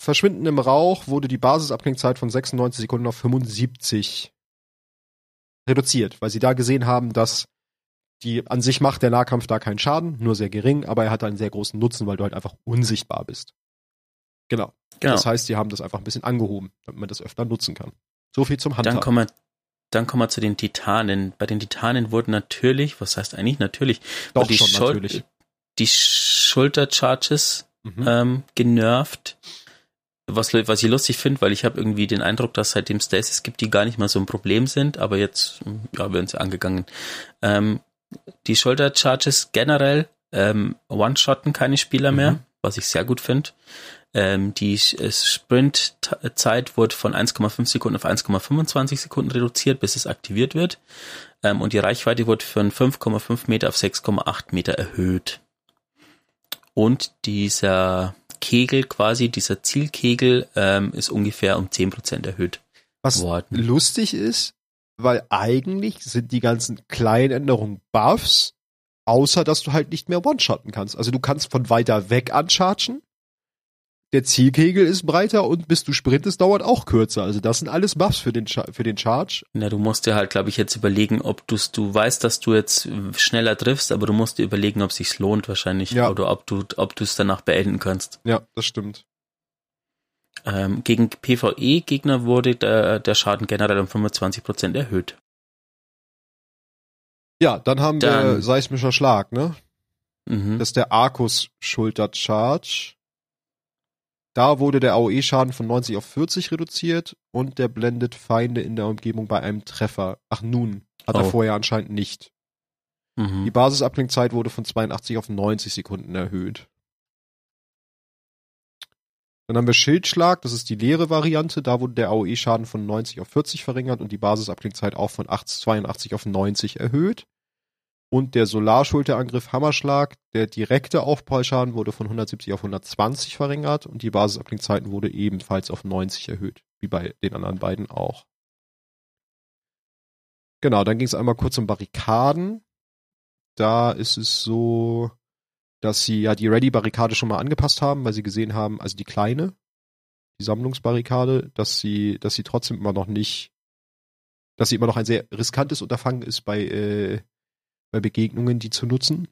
Verschwinden im Rauch wurde die Basisabklingzeit von 96 Sekunden auf 75 reduziert, weil sie da gesehen haben, dass die an sich macht der Nahkampf da keinen Schaden, nur sehr gering, aber er hat einen sehr großen Nutzen, weil du halt einfach unsichtbar bist. Genau. Das heißt, die haben das einfach ein bisschen angehoben, damit man das öfter nutzen kann. So viel zum Handhaben. Dann kommen wir zu den Titanen. Bei den Titanen wurden natürlich, was heißt eigentlich natürlich? Doch, schon natürlich. Die Schultercharges genervt. Was ich lustig finde, weil ich habe irgendwie den Eindruck, dass seitdem Stasis gibt, die gar nicht mal so ein Problem sind, aber jetzt werden sie angegangen. Die Schultercharges generell one-shotten keine Spieler mehr, was ich sehr gut finde. Die Sprintzeit wurde von 1,5 Sekunden auf 1,25 Sekunden reduziert, bis es aktiviert wird. Und die Reichweite wurde von 5,5 Meter auf 6,8 Meter erhöht. Und dieser Kegel quasi, dieser Zielkegel, ist ungefähr um 10% erhöht worden. Was lustig ist, weil eigentlich sind die ganzen kleinen Änderungen Buffs, außer dass du halt nicht mehr one-shotten kannst. Also du kannst von weiter weg anchargen. Der Zielkegel ist breiter und bis du sprintest, dauert auch kürzer. Also das sind alles Buffs für den Charge. Na, du musst dir halt, glaube ich, jetzt überlegen, ob du weißt, dass du jetzt schneller triffst, aber du musst dir überlegen, ob es sich lohnt wahrscheinlich, ja. Oder ob du es danach beenden kannst. Ja, das stimmt. Gegen PvE-Gegner wurde der Schaden generell um 25% erhöht. Ja, dann haben wir seismischer Schlag, ne? Das ist der Arcus-Schulter-Charge. Da wurde der AOE-Schaden von 90 auf 40 reduziert und der blendet Feinde in der Umgebung bei einem Treffer. Ach nun, hat er vorher anscheinend nicht. Die Basisabklingzeit wurde von 82 auf 90 Sekunden erhöht. Dann haben wir Schildschlag, das ist die leere Variante. Da wurde der AOE-Schaden von 90 auf 40 verringert und die Basisabklingzeit auch von 82 auf 90 erhöht. Und der Solarschulterangriff Hammerschlag, der direkte Aufprallschaden wurde von 170 auf 120 verringert und die Basisabklingzeiten wurde ebenfalls auf 90 erhöht, wie bei den anderen beiden auch. Genau, dann ging es einmal kurz um Barrikaden. Da ist es so, dass sie ja die Ready-Barrikade schon mal angepasst haben, weil sie gesehen haben, also die kleine, die Sammlungsbarrikade, dass sie trotzdem immer noch nicht, dass sie immer noch ein sehr riskantes Unterfangen ist bei Begegnungen, die zu nutzen.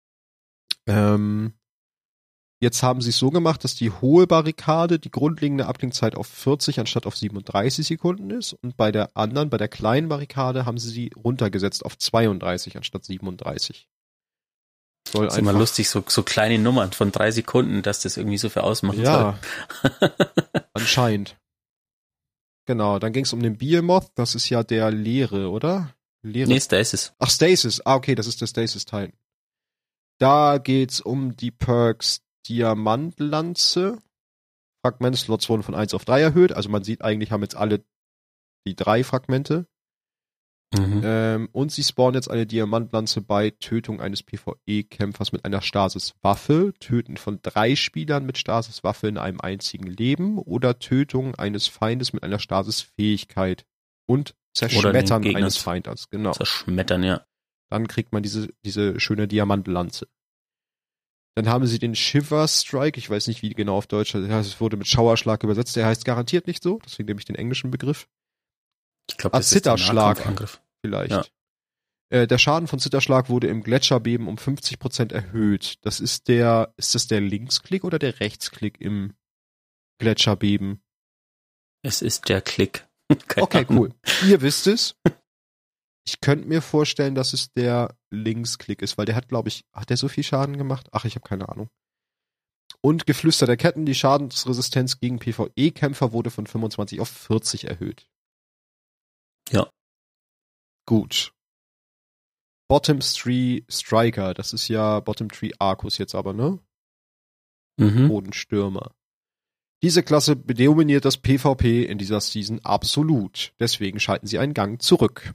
Jetzt haben sie es so gemacht, dass die hohe Barrikade die grundlegende Abklingzeit auf 40 anstatt auf 37 Sekunden ist und bei der kleinen Barrikade haben sie runtergesetzt auf 32 anstatt 37. Das ist immer lustig, so kleine Nummern von 3 Sekunden, dass das irgendwie so viel ausmachen soll. Anscheinend. Genau, dann ging es um den Behemoth, das ist ja der leere, oder? Nee, Stasis. Ach, Stasis. Okay, das ist der Stasis-Teil. Da geht's um die Perks Diamantlanze. Fragmentslots wurden von 1 auf 3 erhöht. Also man sieht eigentlich, haben jetzt alle die 3 Fragmente. Und sie spawnen jetzt eine Diamantlanze bei Tötung eines PvE-Kämpfers mit einer Stasis-Waffe, Töten von 3 Spielern mit Stasis-Waffe in einem einzigen Leben oder Tötung eines Feindes mit einer Stasis-Fähigkeit und Zerschmettern eines Feindes, genau. Zerschmettern, ja. Dann kriegt man diese schöne Diamantlanze. Dann haben sie den Shiver Strike, ich weiß nicht, wie genau auf Deutsch, es wurde mit Schauerschlag übersetzt, der heißt garantiert nicht so, deswegen nehme ich den englischen Begriff. Ich glaube, das ist der Nahkampfangriff. Vielleicht. Ja. Der Schaden von Zitterschlag wurde im Gletscherbeben um 50% erhöht. Ist das der Linksklick oder der Rechtsklick im Gletscherbeben? Es ist der Klick. Okay, cool. Ihr wisst es. Ich könnte mir vorstellen, dass es der Linksklick ist, weil der hat, glaube ich, hat der so viel Schaden gemacht? Ach, ich habe keine Ahnung. Und Geflüster der Ketten, die Schadensresistenz gegen PvE-Kämpfer wurde von 25 auf 40 erhöht. Ja. Gut. Bottom Tree Striker, das ist ja Bottom Tree Arcus jetzt aber, ne? Bodenstürmer. Diese Klasse dominiert das PvP in dieser Season absolut. Deswegen schalten sie einen Gang zurück.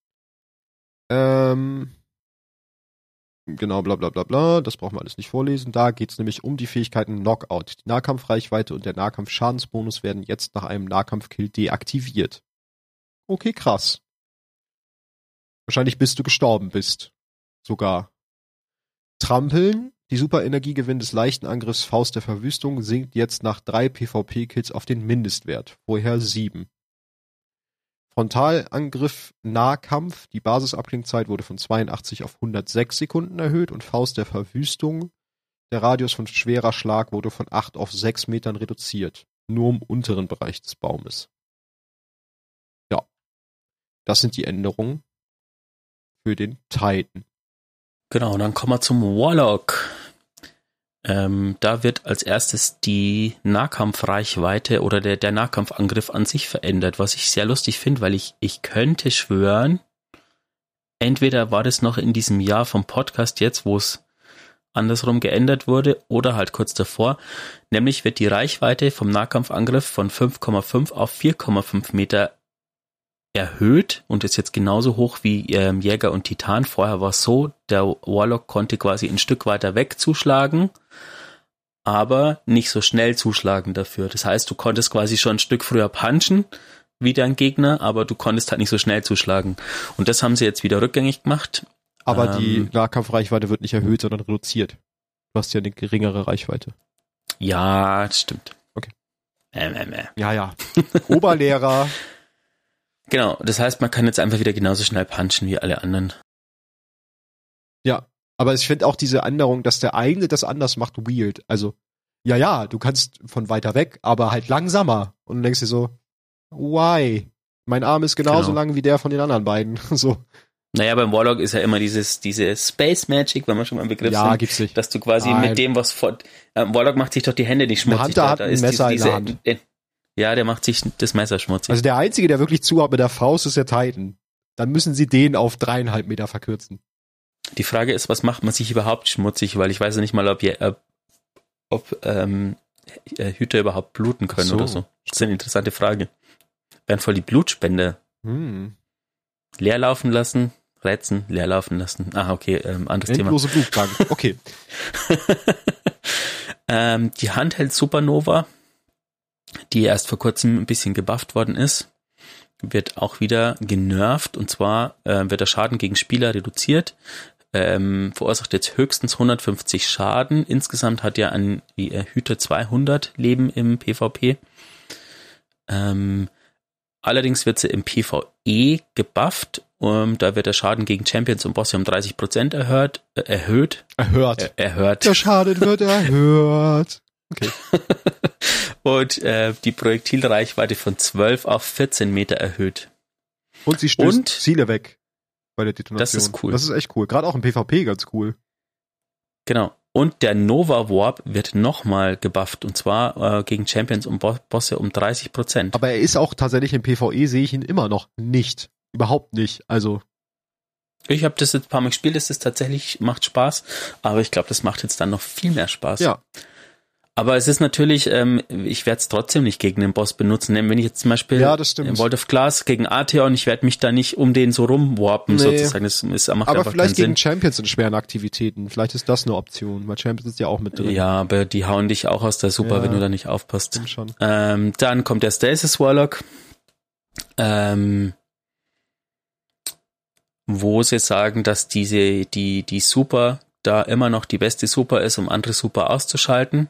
Genau, bla bla bla bla, das brauchen wir alles nicht vorlesen. Da geht's nämlich um die Fähigkeiten Knockout. Die Nahkampfreichweite und der Nahkampfschadensbonus werden jetzt nach einem Nahkampfkill deaktiviert. Okay, krass. Wahrscheinlich bis du gestorben bist. Sogar. Trampeln. Die Superenergiegewinn des leichten Angriffs Faust der Verwüstung sinkt jetzt nach 3 PvP-Kills auf den Mindestwert, vorher 7. Frontalangriff Nahkampf, die Basisabklingzeit wurde von 82 auf 106 Sekunden erhöht und Faust der Verwüstung, der Radius von schwerer Schlag wurde von 8 auf 6 Metern reduziert, nur im unteren Bereich des Baumes. Ja, das sind die Änderungen für den Titan. Genau, dann kommen wir zum Warlock. Da wird als erstes die Nahkampfreichweite oder der Nahkampfangriff an sich verändert, was ich sehr lustig finde, weil ich könnte schwören, entweder war das noch in diesem Jahr vom Podcast jetzt, wo es andersrum geändert wurde, oder halt kurz davor, nämlich wird die Reichweite vom Nahkampfangriff von 5,5 auf 4,5 Meter erhöht und ist jetzt genauso hoch wie Jäger und Titan. Vorher war es so, der Warlock konnte quasi ein Stück weiter weg zuschlagen, aber nicht so schnell zuschlagen dafür. Das heißt, du konntest quasi schon ein Stück früher punchen wie dein Gegner, aber du konntest halt nicht so schnell zuschlagen. Und das haben sie jetzt wieder rückgängig gemacht. Aber die Nahkampfreichweite wird nicht erhöht, sondern reduziert. Du hast ja eine geringere Reichweite. Ja, das stimmt. Okay. Ja. Oberlehrer. Genau, das heißt, man kann jetzt einfach wieder genauso schnell punchen wie alle anderen. Ja, aber ich finde auch diese Änderung, dass der eine das anders macht, weird. Also, ja, du kannst von weiter weg, aber halt langsamer. Und du denkst dir so, why? Mein Arm ist genauso lang wie der von den anderen beiden. So. Naja, beim Warlock ist ja immer diese Space Magic, wenn man schon mal im Begriff sind, gibt's nicht. Dass du quasi mit dem, was vor... Warlock macht sich doch die Hände nicht schmutzig. Der Hunter hat ein Messer in der Hand. Ja, der macht sich das Messer schmutzig. Also der Einzige, der wirklich zuhaut mit der Faust, ist der Titan. Dann müssen sie den auf 3,5 Meter verkürzen. Die Frage ist, was macht man sich überhaupt schmutzig? Weil ich weiß ja nicht mal, ob Hüter überhaupt bluten können oder so. Das ist eine interessante Frage. Wären voll die Blutspender. Leer laufen lassen, reizen, leer laufen lassen. Okay, anderes Thema. Endlose Blutbank, okay. Die Handheld Supernova, die erst vor kurzem ein bisschen gebufft worden ist, wird auch wieder genervt, und zwar wird der Schaden gegen Spieler reduziert, verursacht jetzt höchstens 150 Schaden. Insgesamt hat ja ein Hüter 200 Leben im PvP. Allerdings wird sie im PvE gebufft. Da wird der Schaden gegen Champions und Bosse um 30% erhöht. Der Schaden wird erhöht. Okay. Und die Projektilreichweite von 12 auf 14 Meter erhöht. Und sie stößt Ziele weg bei der Detonation. Das ist cool. Das ist echt cool. Gerade auch im PvP ganz cool. Genau. Und der Nova Warp wird nochmal gebufft, und zwar gegen Champions und Bosse um 30%. Aber er ist auch tatsächlich im PvE, sehe ich ihn immer noch nicht. Überhaupt nicht. Also. Ich habe das jetzt ein paar Mal gespielt, das ist tatsächlich, macht Spaß, aber ich glaube, das macht jetzt dann noch viel mehr Spaß. Ja. Aber es ist natürlich, ich werde es trotzdem nicht gegen den Boss benutzen. Wenn ich jetzt zum Beispiel in World of Glass gegen Arteon, ich werde mich da nicht um den so rumwarpen, sozusagen. Das macht aber einfach vielleicht keinen gegen Sinn. Champions in schweren Aktivitäten. Vielleicht ist das eine Option, weil Champions ist ja auch mit drin. Ja, aber die hauen dich auch aus der Super, wenn du da nicht aufpasst. Stimmt schon. Dann kommt der Stasis Warlock, wo sie sagen, dass die Super da immer noch die beste Super ist, um andere Super auszuschalten.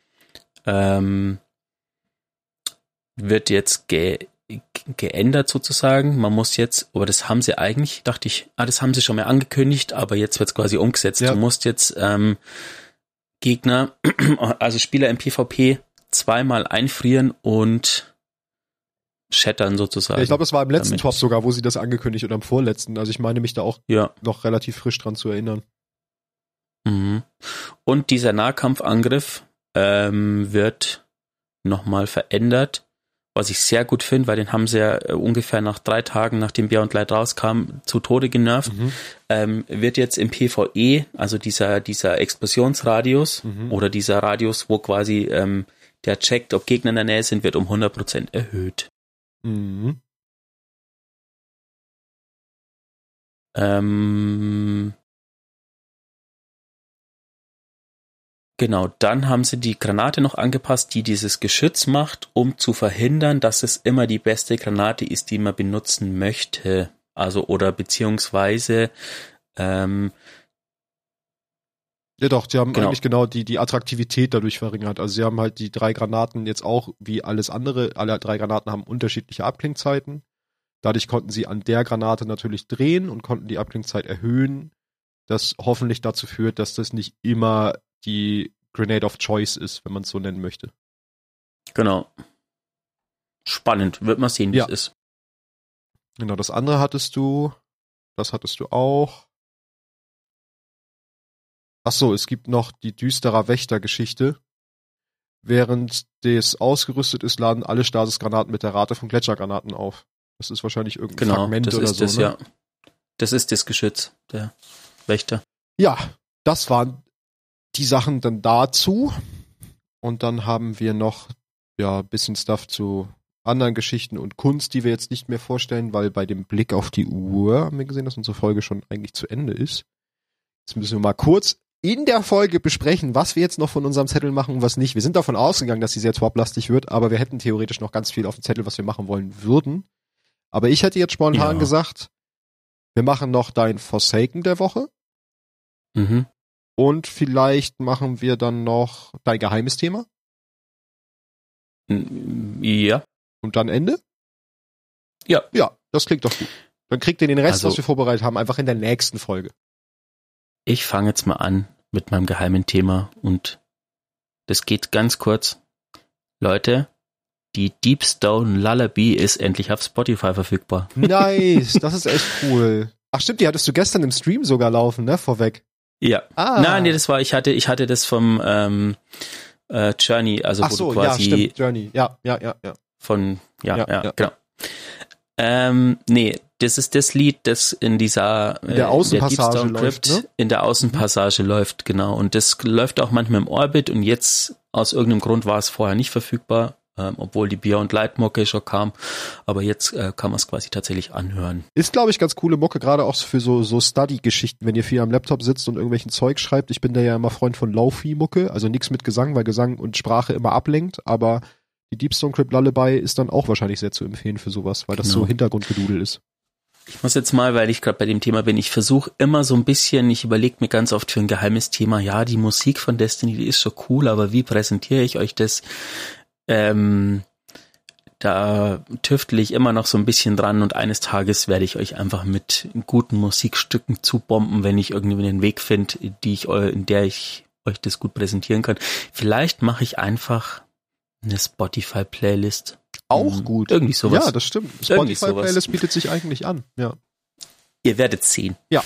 Wird jetzt geändert sozusagen. Man muss jetzt, aber das haben sie eigentlich, dachte ich, das haben sie schon mal angekündigt, aber jetzt wird es quasi umgesetzt. Ja. Du musst jetzt Gegner, also Spieler im PvP zweimal einfrieren und shattern sozusagen. Ja, ich glaube, das war im letzten Top sogar, wo sie das angekündigt, oder im vorletzten. Also ich meine mich da auch noch relativ frisch dran zu erinnern. Mhm. Und dieser Nahkampfangriff wird nochmal verändert, was ich sehr gut finde, weil den haben sie ja ungefähr nach 3 Tagen, nachdem Beyond Light rauskam, zu Tode genervt. Wird jetzt im PvE, also dieser Explosionsradius oder dieser Radius, wo quasi der checkt, ob Gegner in der Nähe sind, wird um 100% erhöht. Genau, dann haben sie die Granate noch angepasst, die dieses Geschütz macht, um zu verhindern, dass es immer die beste Granate ist, die man benutzen möchte. Also, oder beziehungsweise Ja doch, sie haben eigentlich genau die Attraktivität dadurch verringert. Also sie haben halt die 3 Granaten jetzt auch, wie alles andere, alle 3 Granaten haben unterschiedliche Abklingzeiten. Dadurch konnten sie an der Granate natürlich drehen und konnten die Abklingzeit erhöhen, das hoffentlich dazu führt, dass das nicht immer die Grenade of Choice ist, wenn man es so nennen möchte. Genau. Spannend, wird man sehen, wie es ist. Genau, das andere hattest du auch. Ach so, es gibt noch die düsterer Wächter-Geschichte. Während das ausgerüstet ist, laden alle Stasisgranaten mit der Rate von Gletschergranaten auf. Das ist wahrscheinlich irgendein Fragment das oder ist so. Das, ne? ja. Das ist das Geschütz, der Wächter. Ja, das waren die Sachen dann dazu. Und dann haben wir noch ein bisschen Stuff zu anderen Geschichten und Kunst, die wir jetzt nicht mehr vorstellen, weil bei dem Blick auf die Uhr haben wir gesehen, dass unsere Folge schon eigentlich zu Ende ist. Jetzt müssen wir mal kurz in der Folge besprechen, was wir jetzt noch von unserem Zettel machen und was nicht. Wir sind davon ausgegangen, dass sie sehr swap-lastig wird, aber wir hätten theoretisch noch ganz viel auf dem Zettel, was wir machen wollen würden. Aber ich hätte jetzt spontan gesagt, wir machen noch dein Forsaken der Woche. Mhm. Und vielleicht machen wir dann noch dein geheimes Thema. Ja. Und dann Ende? Ja. Ja, das klingt doch gut. Dann kriegt ihr den Rest, was wir vorbereitet haben, einfach in der nächsten Folge. Ich fange jetzt mal an mit meinem geheimen Thema und das geht ganz kurz. Leute, die Deep Stone Lullaby ist endlich auf Spotify verfügbar. Nice, das ist echt cool. Ach stimmt, die hattest du gestern im Stream sogar laufen, ne, vorweg. Ja. Nein, das war, ich hatte das vom Journey, also ach wo so, du quasi ja, stimmt, Journey, ja. Von, genau. Nee, das ist das Lied, das in dieser in der Außenpassage läuft, ne? In der Außenpassage läuft, genau. Und das läuft auch manchmal im Orbit und jetzt aus irgendeinem Grund war es vorher nicht verfügbar, obwohl die Beyond Light Mucke schon kam. Aber jetzt kann man es quasi tatsächlich anhören. Ist, glaube ich, ganz coole Mucke, gerade auch für so Study-Geschichten, wenn ihr viel am Laptop sitzt und irgendwelchen Zeug schreibt. Ich bin da ja immer Freund von Lo-Fi-Mucke, also nichts mit Gesang, weil Gesang und Sprache immer ablenkt, aber die Deep Stone Crypt Lullaby ist dann auch wahrscheinlich sehr zu empfehlen für sowas, weil das so Hintergrundgedudel ist. Ich muss jetzt mal, weil ich gerade bei dem Thema bin, ich versuche immer so ein bisschen, ich überlege mir ganz oft für ein geheimes Thema, ja, die Musik von Destiny, die ist schon cool, aber wie präsentiere ich euch das? Da tüftle ich immer noch so ein bisschen dran und eines Tages werde ich euch einfach mit guten Musikstücken zubomben, wenn ich irgendwie einen Weg finde, in der ich euch das gut präsentieren kann. Vielleicht mache ich einfach eine Spotify-Playlist. Auch gut. Irgendwie sowas. Ja, das stimmt. Spotify-Playlist bietet sich eigentlich an. Ja. Ihr werdet sehen. Ja.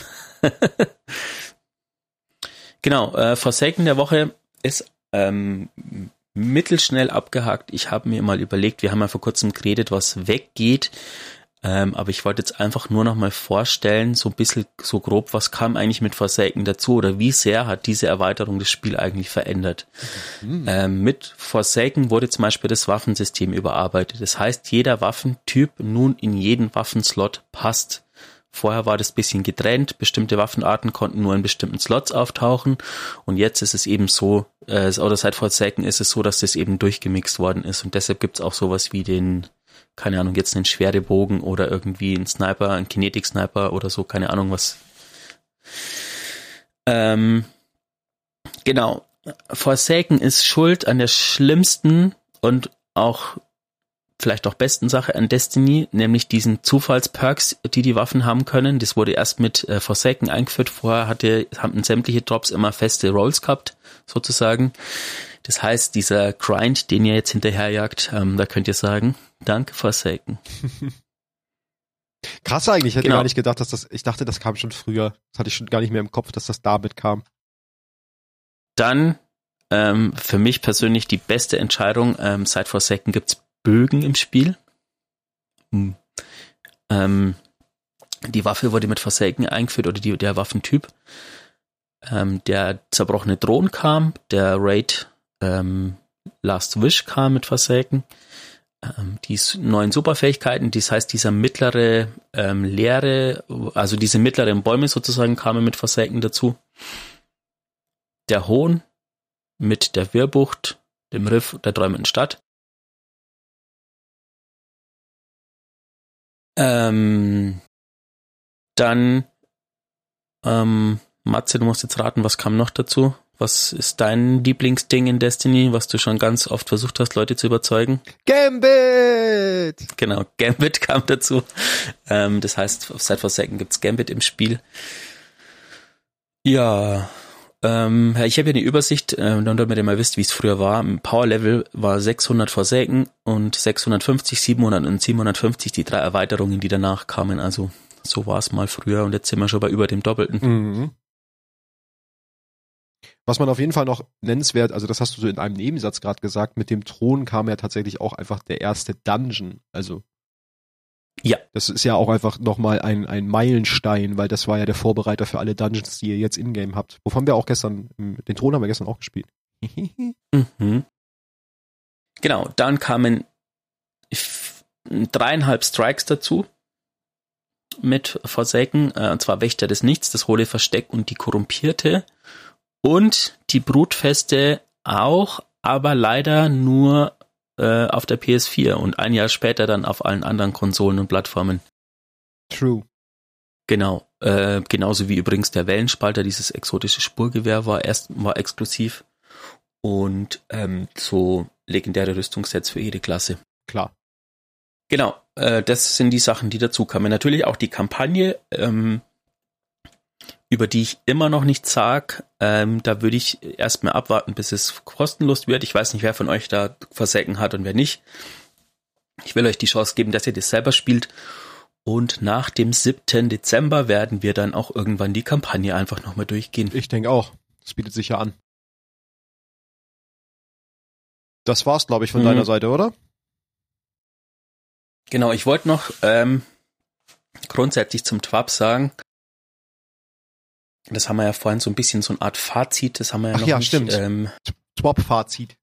Genau, Forsaken der Woche ist mittelschnell abgehakt. Ich habe mir mal überlegt, wir haben ja vor kurzem geredet, was weggeht. Aber ich wollte jetzt einfach nur noch mal vorstellen, so ein bisschen so grob, was kam eigentlich mit Forsaken dazu oder wie sehr hat diese Erweiterung das Spiel eigentlich verändert. Mit Forsaken wurde zum Beispiel das Waffensystem überarbeitet. Das heißt, jeder Waffentyp nun in jeden Waffenslot passt. Vorher war das bisschen getrennt, bestimmte Waffenarten konnten nur in bestimmten Slots auftauchen und jetzt ist es eben so, oder seit Forsaken ist es so, dass das eben durchgemixt worden ist und deshalb gibt's auch sowas wie den, keine Ahnung, jetzt einen Schwertebogen oder irgendwie einen Sniper, einen Kinetik-Sniper oder so, keine Ahnung was. Genau. Forsaken ist schuld an der schlimmsten und auch vielleicht auch besten Sache an Destiny, nämlich diesen Zufallsperks, die Waffen haben können. Das wurde erst mit Forsaken eingeführt. Vorher haben sämtliche Drops immer feste Rolls gehabt, sozusagen. Das heißt, dieser Grind, den ihr jetzt hinterherjagt, da könnt ihr sagen, danke Forsaken. Krass eigentlich, ich hätte gar nicht gedacht, ich dachte, das kam schon früher. Das hatte ich schon gar nicht mehr im Kopf, dass das damit kam. Dann, für mich persönlich die beste Entscheidung, seit Forsaken gibt's Bögen im Spiel. Die Waffe wurde mit Forsaken eingeführt oder der Waffentyp. Der zerbrochene Thron kam, der Raid Last Wish kam mit Forsaken. Die neuen Superfähigkeiten, das heißt dieser mittlere also diese mittleren Bäume sozusagen kamen mit Forsaken dazu. Der Hohn mit der Wirrbucht, dem Riff der träumenden Stadt. Dann Matze, du musst jetzt raten, was kam noch dazu? Was ist dein Lieblingsding in Destiny, was du schon ganz oft versucht hast, Leute zu überzeugen? Gambit! Genau, Gambit kam dazu. Das heißt, seit Forsaken gibt's Gambit im Spiel. Ja, ich habe hier eine Übersicht, damit ihr mal wisst, wie es früher war. Im Power Level war 600 Forsaken und 650, 700 und 750 die 3 Erweiterungen, die danach kamen. Also so war es mal früher und jetzt sind wir schon bei über dem Doppelten. Mhm. Was man auf jeden Fall noch nennenswert, also das hast du so in einem Nebensatz gerade gesagt, mit dem Thron kam ja tatsächlich auch einfach der erste Dungeon. Also ja, das ist ja auch einfach nochmal ein Meilenstein, weil das war ja der Vorbereiter für alle Dungeons, die ihr jetzt in-game habt. Wovon wir auch gestern, den Thron haben wir gestern auch gespielt. Mhm. Genau, dann kamen 3,5 Strikes dazu mit Forsaken, und zwar Wächter des Nichts, das hohle Versteck und die Korrumpierte. Und die Brutfeste auch, aber leider nur auf der PS4 und ein Jahr später dann auf allen anderen Konsolen und Plattformen. True. Genau. Genauso wie übrigens der Wellenspalter, dieses exotische Spurgewehr war exklusiv. Und so legendäre Rüstungssets für jede Klasse. Klar. Genau, das sind die Sachen, die dazu kamen. Natürlich auch die Kampagne, über die ich immer noch nichts sag. Da würde ich erstmal abwarten, bis es kostenlos wird. Ich weiß nicht, wer von euch da Forsaken hat und wer nicht. Ich will euch die Chance geben, dass ihr das selber spielt. Und nach dem 7. Dezember werden wir dann auch irgendwann die Kampagne einfach nochmal durchgehen. Ich denke auch. Das bietet sich ja an. Das war's, glaube ich, von deiner Seite, oder? Genau, ich wollte noch grundsätzlich zum TWAP sagen, das haben wir ja vorhin so ein bisschen so eine Art Fazit, das haben wir ja noch nicht. Stimmt. TWAP-Fazit.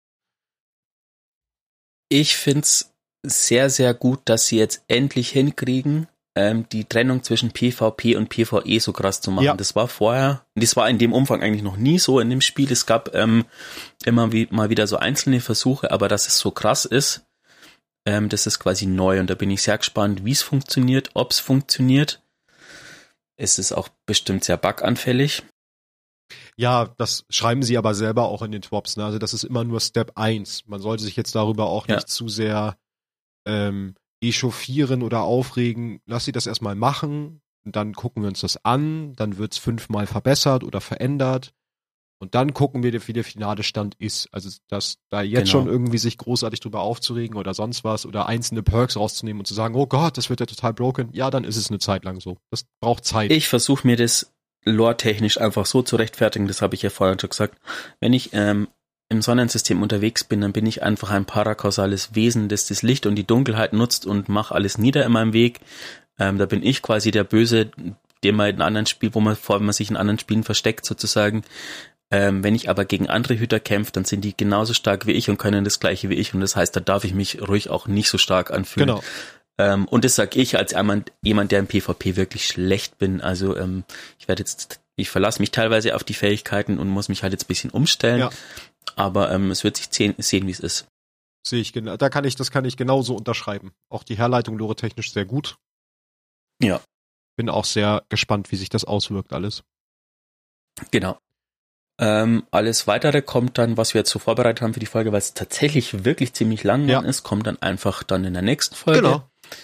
Ich find's sehr, sehr gut, dass sie jetzt endlich hinkriegen, die Trennung zwischen PvP und PvE so krass zu machen. Ja. Das war in dem Umfang eigentlich noch nie so in dem Spiel. Es gab immer mal wieder so einzelne Versuche, aber dass es so krass ist, das ist quasi neu und da bin ich sehr gespannt, wie es funktioniert, ob es funktioniert. Es ist auch bestimmt sehr buganfällig. Ja, das schreiben sie aber selber auch in den TWAPs. Ne? Also das ist immer nur Step 1. Man sollte sich jetzt darüber auch nicht zu sehr echauffieren oder aufregen. Lass sie das erstmal machen, und dann gucken wir uns das an, dann wird's 5-mal verbessert oder verändert und dann gucken wir, wie der finale Stand ist. Also dass da jetzt schon irgendwie sich großartig drüber aufzuregen oder sonst was oder einzelne Perks rauszunehmen und zu sagen, oh Gott, das wird ja total broken. Ja, dann ist es eine Zeit lang so. Das braucht Zeit. Ich versuche mir das lore-technisch einfach so zu rechtfertigen, das habe ich ja vorhin schon gesagt. Wenn ich im Sonnensystem unterwegs bin, dann bin ich einfach ein parakausales Wesen, das das Licht und die Dunkelheit nutzt und mache alles nieder in meinem Weg. Da bin ich quasi der Böse, den man in anderen Spielen, bevor man sich in anderen Spielen versteckt sozusagen. Wenn ich aber gegen andere Hüter kämpfe, dann sind die genauso stark wie ich und können das Gleiche wie ich und das heißt, da darf ich mich ruhig auch nicht so stark anfühlen. Genau. Und das sage ich als jemand, der im PvP wirklich schlecht bin. Also ich verlasse mich teilweise auf die Fähigkeiten und muss mich halt jetzt ein bisschen umstellen. Ja. Aber es wird sich sehen, wie es ist. Sehe ich genau. Das kann ich genauso unterschreiben. Auch die Herleitung lore-technisch sehr gut. Ja. Bin auch sehr gespannt, wie sich das auswirkt alles. Genau. Alles Weitere kommt dann, was wir jetzt so vorbereitet haben für die Folge, weil es tatsächlich wirklich ziemlich lang ist, kommt dann einfach dann in der nächsten Folge.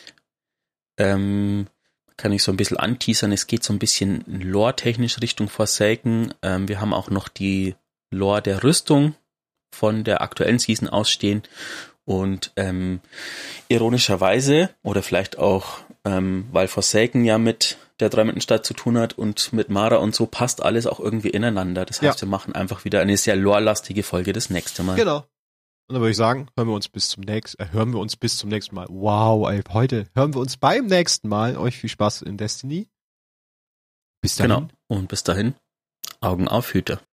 Genau. Kann ich so ein bisschen anteasern. Es geht so ein bisschen lore-technisch Richtung Forsaken. Wir haben auch noch die Lore der Rüstung von der aktuellen Season ausstehen und ironischerweise oder vielleicht auch, weil Forsaken ja mit der Dreimittenstadt zu tun hat und mit Mara und so, passt alles auch irgendwie ineinander. Das heißt, wir machen einfach wieder eine sehr lore-lastige Folge das nächste Mal. Genau. Und dann würde ich sagen, hören wir uns bis zum nächsten Mal. Wow, ey, heute hören wir uns beim nächsten Mal. Euch viel Spaß in Destiny. Bis dahin. Genau. Und bis dahin, Augen auf, Hüte.